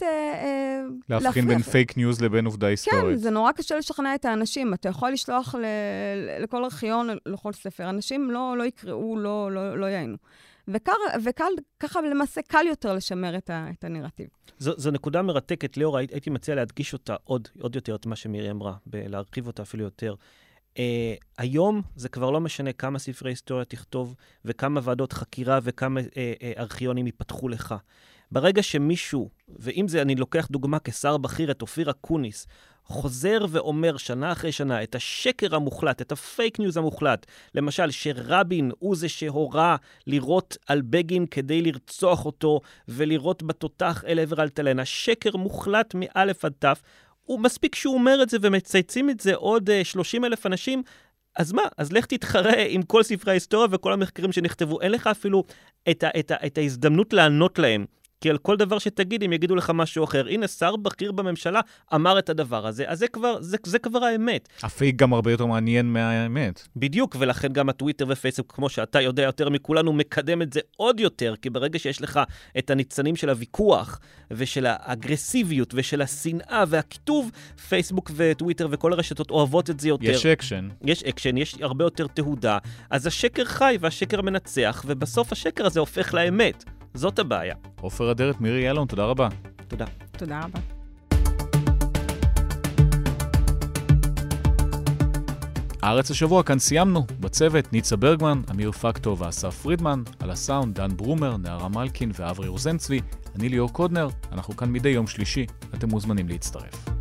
Speaker 2: להבחין בין פייק ניוז לבין עובדה היסטורית.
Speaker 12: כן, זה נורא קשה לשכנע את האנשים. אתה יכול לשלוח לכל ארכיון, לכל ספר. אנשים לא יקראו, לא יעיינו. וככה למעשה קל יותר לשמר את, ה, את הנרטיב.
Speaker 11: זו, זו נקודה מרתקת, ליאור, הייתי מציע להדגיש אותה עוד, עוד יותר את מה שמירי אמרה, להרחיב אותה אפילו יותר. Uh, היום זה כבר לא משנה כמה ספרי היסטוריה תכתוב, וכמה ועדות חקירה וכמה uh, uh, ארכיונים ייפתחו לך. ברגע שמישהו, ואם זה אני לוקח דוגמה כשר בכיר, את אופיר אקוניס, חוזר ואומר שנה אחרי שנה את השקר המוחלט, את הפייק ניוז המוחלט, למשל שרבין הוא זה שהורה לירות על בגין כדי לרצוח אותו, ולירות בתותח אל עבר אלטלנה, שקר מוחלט מאלף עד תף, הוא מספיק שהוא אומר את זה ומצייצים את זה עוד uh, שלושים אלף אנשים, אז מה? אז לך תתחרה עם כל ספרי ההיסטוריה וכל המחקרים שנכתבו. אין לך אפילו את, ה, את, ה, את ההזדמנות לענות להם. כי על כל דבר שתגיד, הם יגידו לך משהו אחר. הנה, שר בכיר בממשלה אמר את הדבר הזה, אז זה כבר, זה, זה כבר האמת.
Speaker 2: הפיק גם הרבה יותר מעניין מהאמת.
Speaker 11: בדיוק, ולכן גם הטוויטר ופייסבוק, כמו שאתה יודע יותר מכולנו, מקדם את זה עוד יותר, כי ברגע שיש לך את הניצנים של הוויכוח, ושל האגרסיביות, ושל השנאה והכיתוב, פייסבוק וטוויטר וכל הרשתות אוהבות את זה יותר.
Speaker 2: יש אקשן.
Speaker 11: יש אקשן, יש הרבה יותר תהודה. אז השקר חי והשקר מנצח, ובסוף השקר הזה הופך לאמת. זאת הבעיה.
Speaker 2: עופר אדרת, מירי ילון, תודה רבה.
Speaker 11: תודה.
Speaker 12: תודה רבה.
Speaker 2: הארץ השבוע, כאן סיימנו. בצוות ניצה ברגמן, אמיר פקטו ואסף פרידמן, על הסאונד דן ברומר, נערה מלכין ואברי רוזנצבי, אני ליאור קודנר, אנחנו כאן מדי יום שלישי, אתם מוזמנים להצטרף.